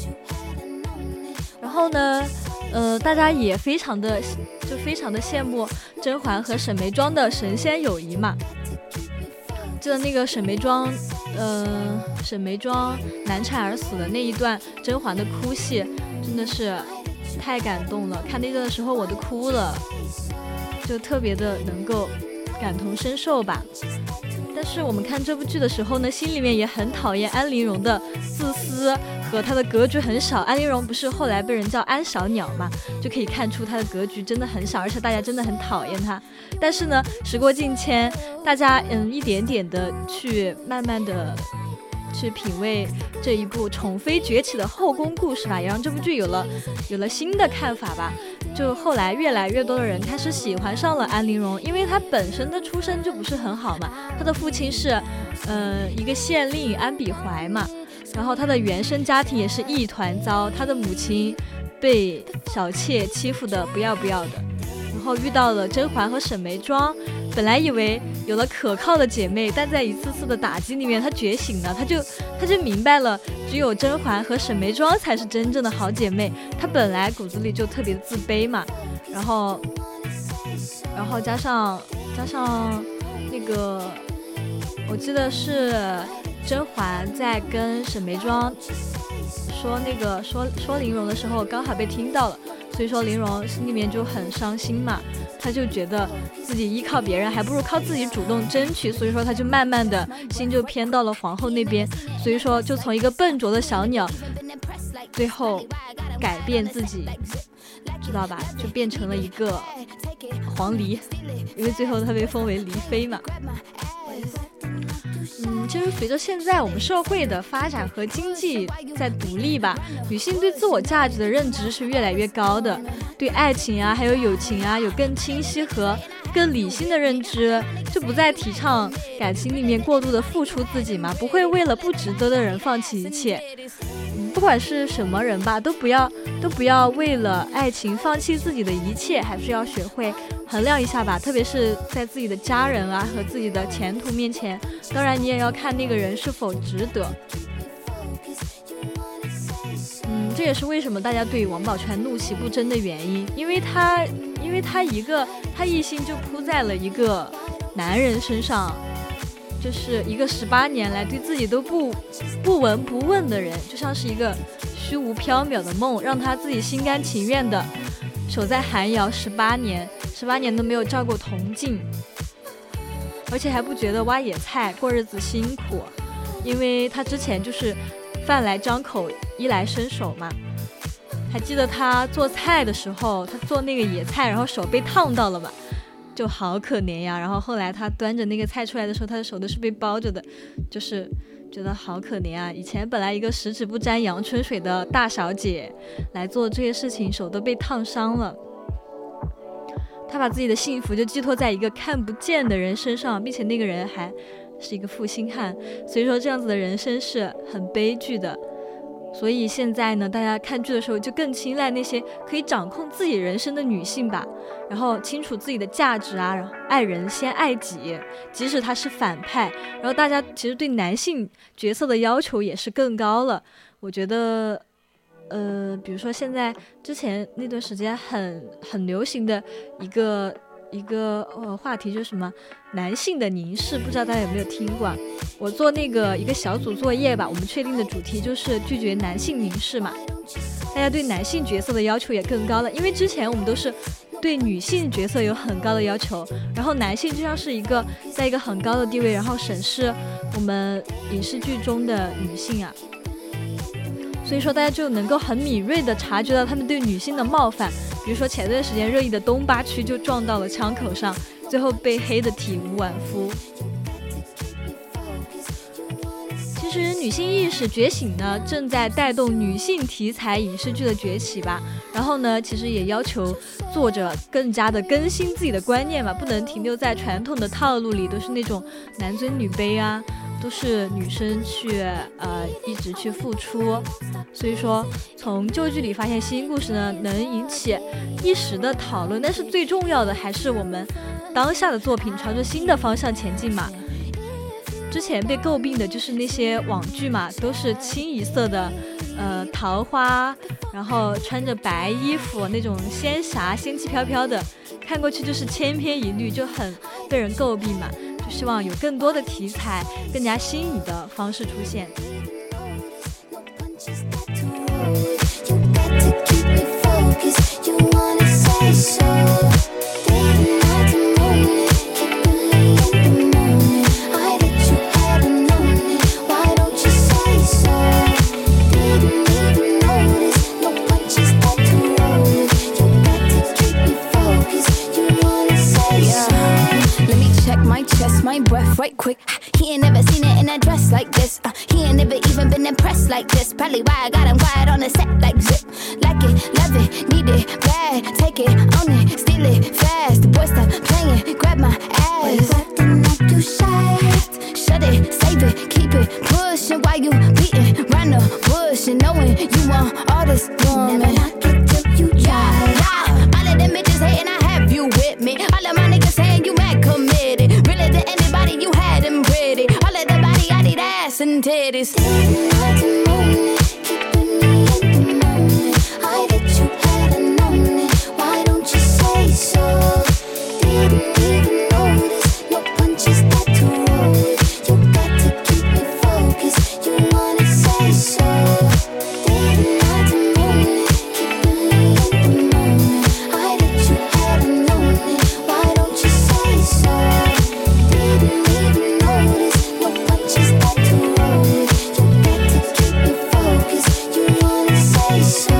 然后呢呃，大家也非常的就非常的羡慕甄嬛和沈眉庄的神仙友谊嘛。记得那个沈眉庄呃，沈眉庄难产而死的那一段甄嬛的哭戏真的是太感动了，看那段的时候我都哭了，就特别的能够感同身受吧。但是我们看这部剧的时候呢，心里面也很讨厌安陵容的自私和她的格局很小。安陵容不是后来被人叫安小鸟嘛，就可以看出她的格局真的很小，而且大家真的很讨厌她。但是呢，时过境迁，大家嗯一点点的去慢慢的去品味这一部宠妃崛起的后宫故事吧，也让这部剧有了有了新的看法吧。就后来越来越多的人开始喜欢上了安陵容，因为她本身的出身就不是很好嘛，她的父亲是呃一个县令安比怀嘛，然后她的原生家庭也是一团糟，她的母亲被小妾欺负的不要不要的，然后遇到了甄嬛和沈眉庄，本来以为有了可靠的姐妹，但在一次次的打击里面，她觉醒了，她就她就明白了，只有甄嬛和沈眉庄才是真正的好姐妹。她本来骨子里就特别自卑嘛，然后，然后加上加上那个，我记得是甄嬛在跟沈眉庄说那个说说陵容的时候，刚好被听到了。所以说陵容心里面就很伤心嘛，他就觉得自己依靠别人还不如靠自己主动争取，所以说他就慢慢的心就偏到了皇后那边，所以说就从一个笨拙的小鸟最后改变自己，知道吧，就变成了一个黄鹂，因为最后他被封为鹂妃嘛。嗯，其实随着现在我们社会的发展和经济在独立吧，女性对自我价值的认知是越来越高的，对爱情啊还有友情啊有更清晰和更理性的认知，就不再提倡感情里面过度的付出自己嘛，不会为了不值得的人放弃一切。嗯，不管是什么人吧，都不要都不要为了爱情放弃自己的一切，还是要学会衡量一下吧，特别是在自己的家人啊和自己的前途面前，当然你也要看那个人是否值得。嗯，这也是为什么大家对王宝钏怒其不争的原因，因为他因为他一个他一心就扑在了一个男人身上，就是一个十八年来对自己都不不闻不问的人，就像是一个虚无缥缈的梦，让他自己心甘情愿的守在寒窑十八年，十八年都没有照过铜镜，而且还不觉得挖野菜过日子辛苦，因为他之前就是饭来张口衣来伸手嘛。还记得他做菜的时候，他做那个野菜，然后手被烫到了嘛，就好可怜呀。然后后来他端着那个菜出来的时候，他的手都是被包着的，就是觉得好可怜啊。以前本来一个十指不沾阳春水的大小姐来做这些事情，手都被烫伤了。他把自己的幸福就寄托在一个看不见的人身上，并且那个人还是一个负心汉，所以说这样子的人生是很悲剧的。所以现在呢，大家看剧的时候就更青睐那些可以掌控自己人生的女性吧，然后清楚自己的价值啊，然后爱人先爱己，即使他是反派。然后大家其实对男性角色的要求也是更高了。我觉得呃，比如说现在之前那段时间很很流行的一个一个呃话题就是什么男性的凝视，不知道大家有没有听过？我做那个一个小组作业吧，我们确定的主题就是拒绝男性凝视嘛。大家对男性角色的要求也更高了，因为之前我们都是对女性角色有很高的要求，然后男性就像是一个在一个很高的地位，然后审视我们影视剧中的女性啊。所以说大家就能够很敏锐地察觉到他们对女性的冒犯，比如说前段时间热议的东八区就撞到了枪口上，最后被黑得体无完肤。其实女性意识觉醒呢，正在带动女性题材影视剧的崛起吧。然后呢，其实也要求作者更加的更新自己的观念嘛，不能停留在传统的套路里，都是那种男尊女卑啊，都是女生去呃一直去付出。所以说从旧剧里发现新故事呢，能引起一时的讨论，但是最重要的还是我们当下的作品朝着新的方向前进嘛。之前被诟病的就是那些网剧嘛，都是清一色的呃桃花，然后穿着白衣服那种仙侠仙气飘飘的，看过去就是千篇一律，就很被人诟病嘛。就希望有更多的题材，更加新颖的方式出现。 My breath right quick. He ain't never seen it in a dress like this. Uh, he ain't never even been impressed like this. Probably why I got him quiet on the set like zip. Like it, love it, need it, bad. Take it, own it, steal it, fast. The boy stop playing, grab my ass. Why you acting like you shy? Shut it, save it, keep it pushing. While you beating round the bush and knowing you want all this woman. Never knock it till you try. Yeah, yeah. All of them bitches hating, I have you with me. All of my niggas saying you mad committed. Really to anybody, you had them pretty. All of the body, I need ass and titties. Didn't like the moment, keeping me in the moment. I bet you hadn't known it. Why don't you say so? Didn't even notice. No punches that to roll with. You got to keep me focused. You wanna say so? Didn't like the moment, keeping me in the moment. I bet you hadn't known it. Why don't you say so? Didn't even notice. No punches that to roll with. You got to keep me focused. You wanna say so?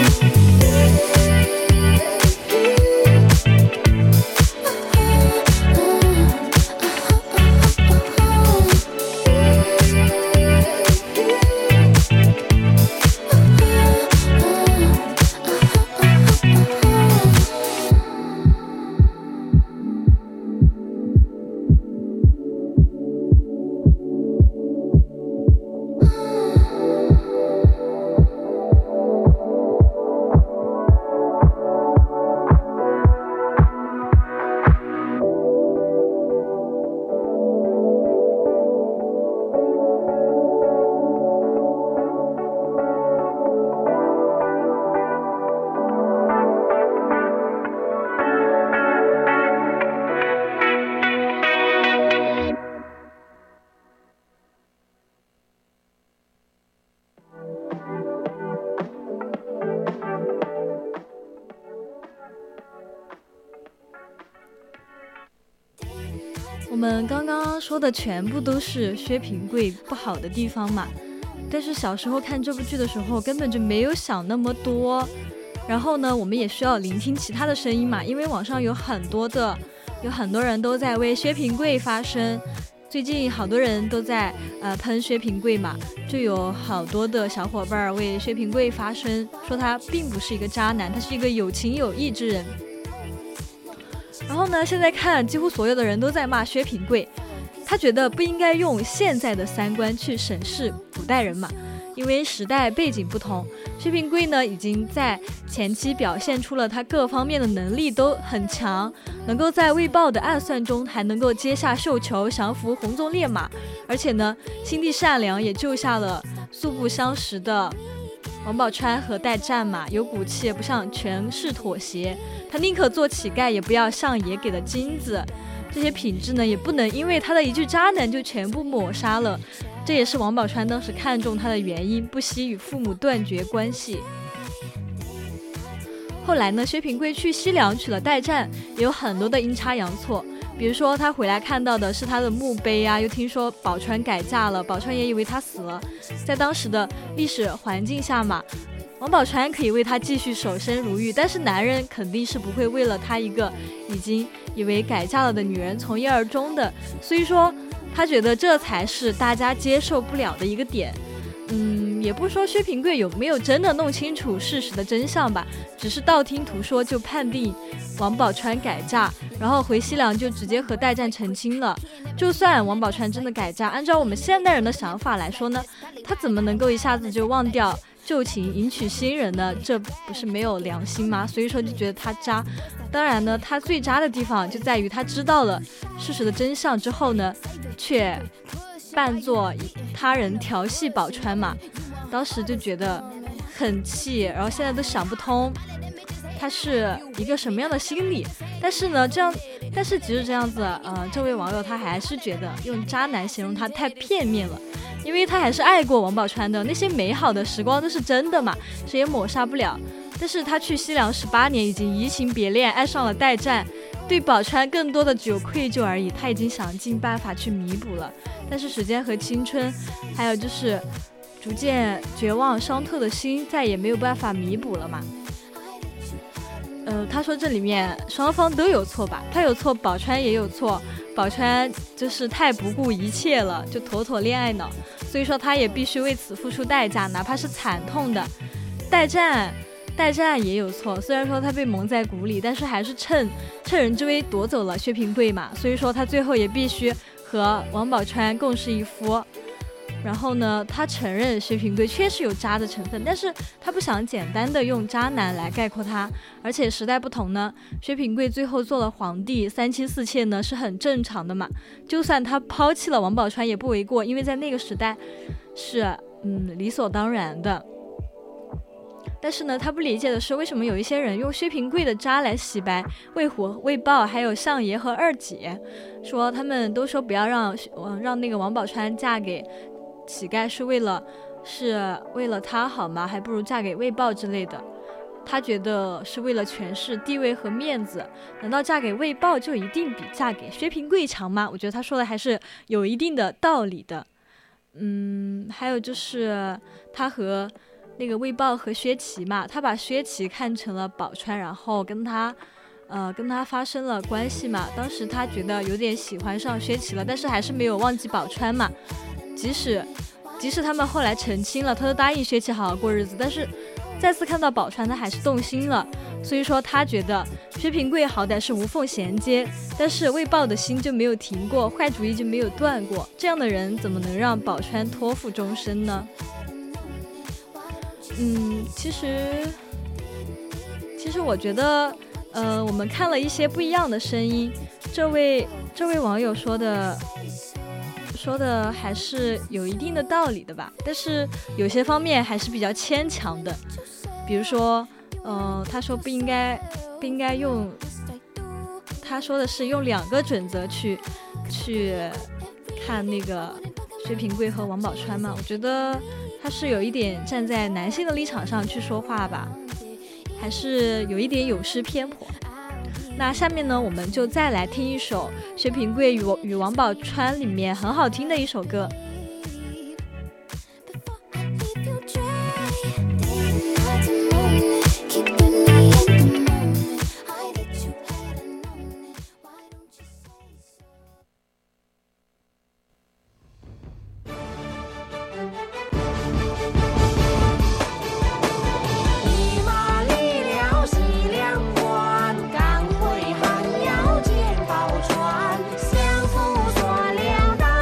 我们刚刚说的全部都是薛平贵不好的地方嘛，但是小时候看这部剧的时候根本就没有想那么多。然后呢，我们也需要聆听其他的声音嘛，因为网上有很多的有很多人都在为薛平贵发声。最近好多人都在呃喷薛平贵嘛，就有好多的小伙伴为薛平贵发声，说他并不是一个渣男，他是一个有情有义之人。然后呢，现在看几乎所有的人都在骂薛平贵，他他觉得不应该用现在的三观去审视古代人嘛，因为时代背景不同。薛平贵呢已经在前期表现出了他各方面的能力都很强，能够在魏豹的暗算中还能够接下绣球，降服红鬃烈马，而且呢心地善良，也救下了素不相识的王宝钏和代战嘛，有骨气，也不向权势妥协，他宁可做乞丐也不要上爷给的金子。这些品质呢也不能因为他的一句渣男就全部抹杀了，这也是王宝钏当时看中他的原因，不惜与父母断绝关系。后来呢，薛平贵去西凉娶了代战，也有很多的阴差阳错，比如说他回来看到的是他的墓碑啊，又听说宝钏改嫁了，宝钏也以为他死了。在当时的历史环境下嘛，王宝钏可以为他继续守身如玉，但是男人肯定是不会为了他一个已经以为改嫁了的女人从一而终的，所以说他觉得这才是大家接受不了的一个点。嗯，也不说薛平贵有没有真的弄清楚事实的真相吧，只是道听途说就判定王宝钏改嫁，然后回西凉就直接和代战成亲了。就算王宝钏真的改嫁，按照我们现代人的想法来说呢，他怎么能够一下子就忘掉旧情迎娶新人呢？这不是没有良心吗？所以说就觉得他渣。当然呢，他最渣的地方就在于他知道了事实的真相之后呢，却扮作他人调戏宝钏嘛，当时就觉得很气，然后现在都想不通他是一个什么样的心理。但是呢，这样，但是即使这样子，呃，这位网友他还是觉得用渣男形容他太片面了，因为他还是爱过王宝钏的，那些美好的时光都是真的嘛，谁也抹杀不了。但是他去西凉十八年，已经移情别恋，爱上了代战，对宝钏更多的只有愧疚而已，他已经想尽办法去弥补了，但是时间和青春，还有就是逐渐绝望伤透的心，再也没有办法弥补了嘛。呃，他说这里面双方都有错吧，他有错，宝钏也有错，宝钏就是太不顾一切了，就妥妥恋爱脑，所以说他也必须为此付出代价，哪怕是惨痛的。代战代战也有错，虽然说他被蒙在鼓里，但是还是趁趁人之危夺走了薛平贵嘛，所以说他最后也必须和王宝钏共侍一夫。然后呢，他承认薛平贵确实有渣的成分，但是他不想简单的用渣男来概括他，而且时代不同呢，薛平贵最后做了皇帝，三妻四妾呢是很正常的嘛，就算他抛弃了王宝钏也不为过，因为在那个时代是嗯理所当然的。但是呢，他不理解的是，为什么有一些人用薛平贵的渣来洗白魏虎、魏豹，还有相爷和二姐，说他们都说不要让让那个王宝钏嫁给乞丐是为了是为了他好吗？还不如嫁给魏豹之类的。他觉得是为了权势、地位和面子。难道嫁给魏豹就一定比嫁给薛平贵强吗？我觉得他说的还是有一定的道理的。嗯，还有就是他和那个魏豹和薛琦嘛，他把薛琦看成了宝钏，然后跟他呃跟他发生了关系嘛。当时他觉得有点喜欢上薛琦了，但是还是没有忘记宝钏嘛。即使即使他们后来成亲了，他都答应薛琦好好过日子，但是再次看到宝钏他还是动心了。所以说他觉得薛平贵好歹是无缝衔接，但是魏豹的心就没有停过，坏主意就没有断过，这样的人怎么能让宝钏托付终身呢？嗯，其实其实我觉得呃，我们看了一些不一样的声音，这位这位网友说的说的还是有一定的道理的吧，但是有些方面还是比较牵强的。比如说呃，他说不应该不应该用，他说的是用两个准则去去看那个薛平贵和王宝钏嘛，我觉得他是有一点站在男性的立场上去说话吧，还是有一点有失偏颇。那下面呢，我们就再来听一首薛平贵与与王宝钏里面很好听的一首歌。 相扶所料到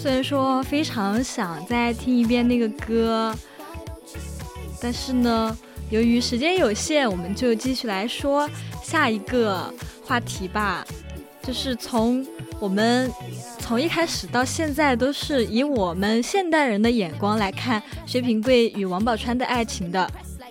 虽然说非常想再听一遍那个歌，但是呢由于时间有限，我们就继续来说下一个话题吧。就是从我们从一开始到现在都是以我们现代人的眼光来看薛平贵与王宝钏的爱情的，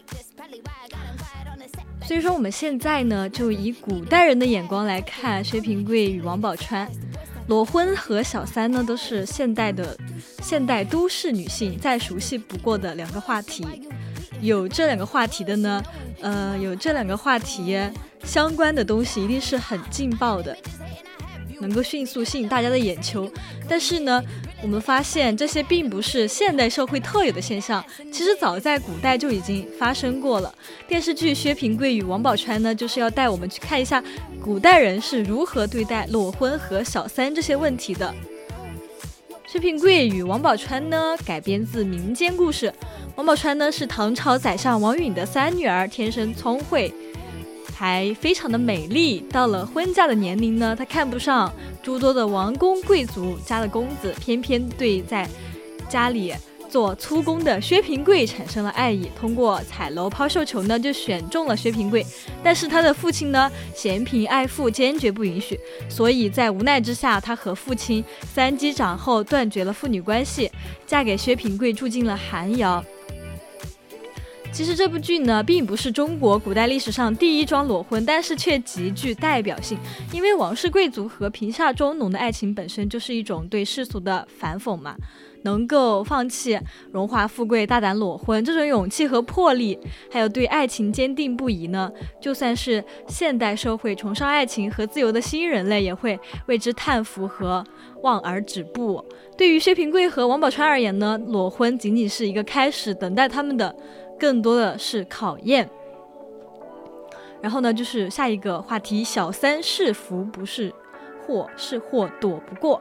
所以说我们现在呢就以古代人的眼光来看薛平贵与王宝钏。裸婚和小三呢都是现代的现代都市女性再熟悉不过的两个话题。有这两个话题的呢呃，有这两个话题相关的东西一定是很劲爆的，能够迅速吸引大家的眼球。但是呢我们发现这些并不是现代社会特有的现象，其实早在古代就已经发生过了。电视剧《薛平贵与王宝钏》呢就是要带我们去看一下古代人是如何对待裸婚和小三这些问题的。薛平贵与王宝钏呢改编自民间故事。王宝钏呢是唐朝宰相王允的三女儿，天生聪慧还非常的美丽。到了婚嫁的年龄呢，她看不上诸多的王公贵族家的公子，偏偏对在家里做粗工的薛平贵产生了爱意。通过彩楼抛绣球呢就选中了薛平贵，但是他的父亲呢嫌贫爱富，坚决不允许，所以在无奈之下，他和父亲三击掌后断绝了父女关系，嫁给薛平贵住进了寒窑。其实这部剧呢并不是中国古代历史上第一桩裸婚，但是却极具代表性，因为王室贵族和贫下中农的爱情本身就是一种对世俗的反讽嘛。能够放弃荣华富贵大胆裸婚，这种勇气和魄力，还有对爱情坚定不移呢，就算是现代社会崇尚爱情和自由的新人类也会为之叹服和望而止步。对于薛平贵和王宝钏而言呢，裸婚仅仅是一个开始，等待他们的更多的是考验。然后呢就是下一个话题，小三是福不是祸，是祸躲不过。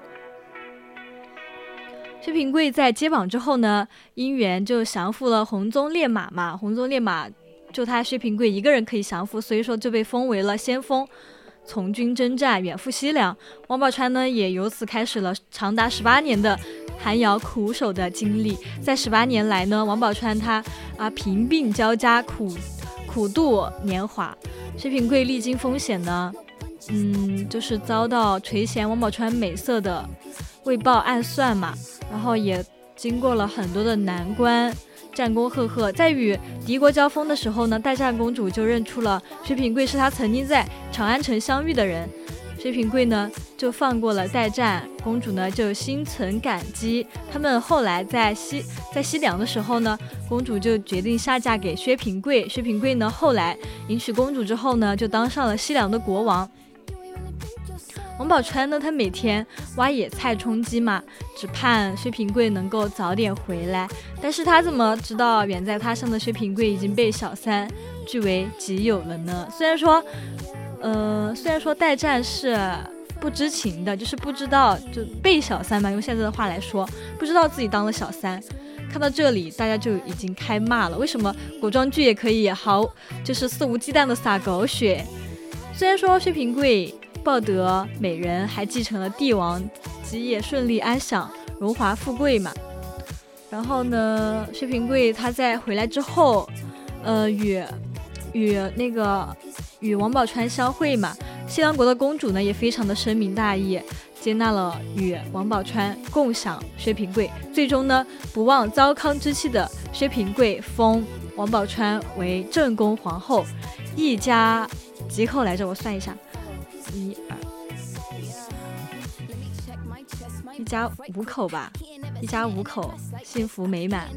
薛平贵在接榜之后呢，姻缘就降服了红鬃烈马嘛，红鬃烈马就他薛平贵一个人可以降服，所以说就被封为了先锋，从军征战，远赴西凉。王宝钏呢也由此开始了长达十八年的寒窑苦守的经历。在十八年来呢，王宝钏她啊贫病交加，苦苦度年华。薛平贵历经风险呢，嗯，就是遭到垂涎王宝钏美色的为报暗算嘛，然后也经过了很多的难关，战功赫赫。在与敌国交锋的时候呢，代战公主就认出了薛平贵是她曾经在长安城相遇的人。薛平贵呢就放过了代战公主呢，就心存感激。他们后来在西在西凉的时候呢，公主就决定下嫁给薛平贵。薛平贵呢后来迎娶公主之后呢，就当上了西凉的国王。王宝钏呢，她每天挖野菜充饥嘛，只盼薛平贵能够早点回来。但是她怎么知道远在他乡的薛平贵已经被小三据为己有了呢？虽然说呃，虽然说代战是不知情的，就是不知道就被小三嘛，用现在的话来说，不知道自己当了小三。看到这里大家就已经开骂了，为什么古装剧也可以毫就是肆无忌惮的撒狗血？虽然说薛平贵抱得美人，还继承了帝王基业，顺利安享荣华富贵嘛。然后呢，薛平贵他在回来之后呃，与与那个与王宝钏相会嘛，西凉国的公主呢也非常的深明大义，接纳了与王宝钏共享薛平贵。最终呢，不忘糟糠之妻的薛平贵封王宝钏为正宫皇后，一家几口来着？我算一下，一二，一家五口吧，一家五口幸福美满。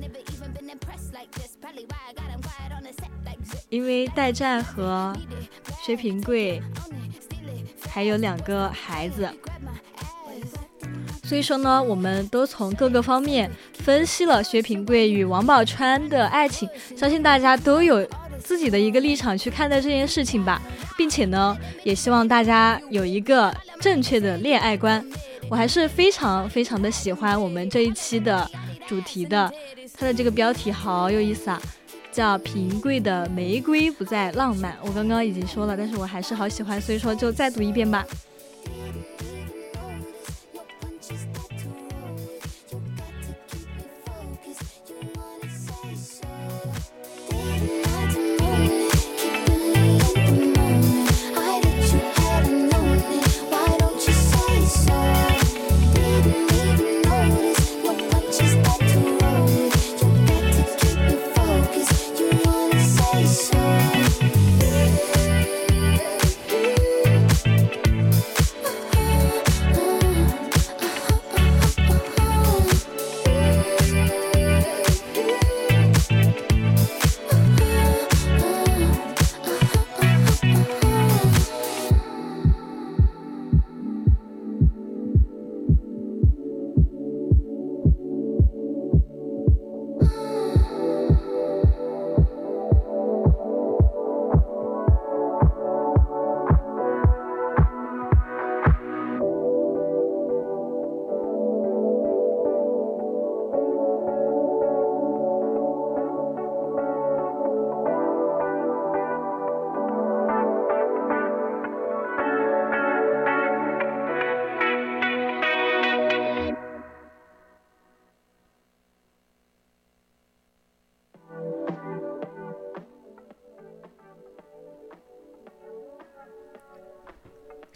因为代战和薛平贵还有两个孩子，所以说呢，我们都从各个方面分析了薛平贵与王宝钏的爱情，相信大家都有自己的一个立场去看待这件事情吧，并且呢，也希望大家有一个正确的恋爱观。我还是非常非常的喜欢我们这一期的主题的，它的这个标题好有意思啊，叫平贵的玫瑰不再浪漫。我刚刚已经说了，但是我还是好喜欢，所以说就再读一遍吧。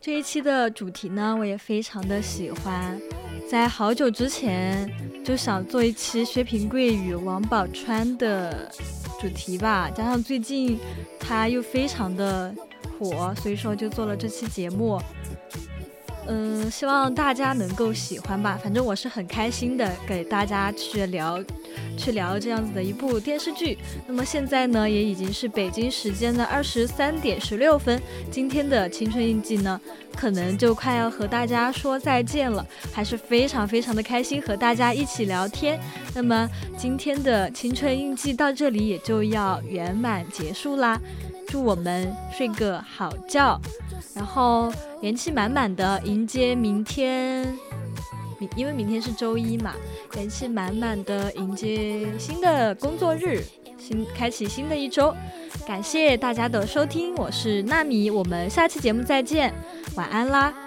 这一期的主题呢，我也非常的喜欢，在好久之前就想做一期薛平贵与王宝钏的主题吧，加上最近他又非常的火，所以说就做了这期节目。嗯，希望大家能够喜欢吧，反正我是很开心的给大家去聊去聊这样子的一部电视剧。那么现在呢，也已经是北京时间的二十三点十六分，今天的青春印记呢可能就快要和大家说再见了，还是非常非常的开心和大家一起聊天。那么今天的青春印记到这里也就要圆满结束啦，祝我们睡个好觉，然后元气满满的迎接明天，因为明天是周一嘛，元气满满的迎接新的工作日，新开启新的一周。感谢大家的收听，我是纳米，我们下期节目再见，晚安啦。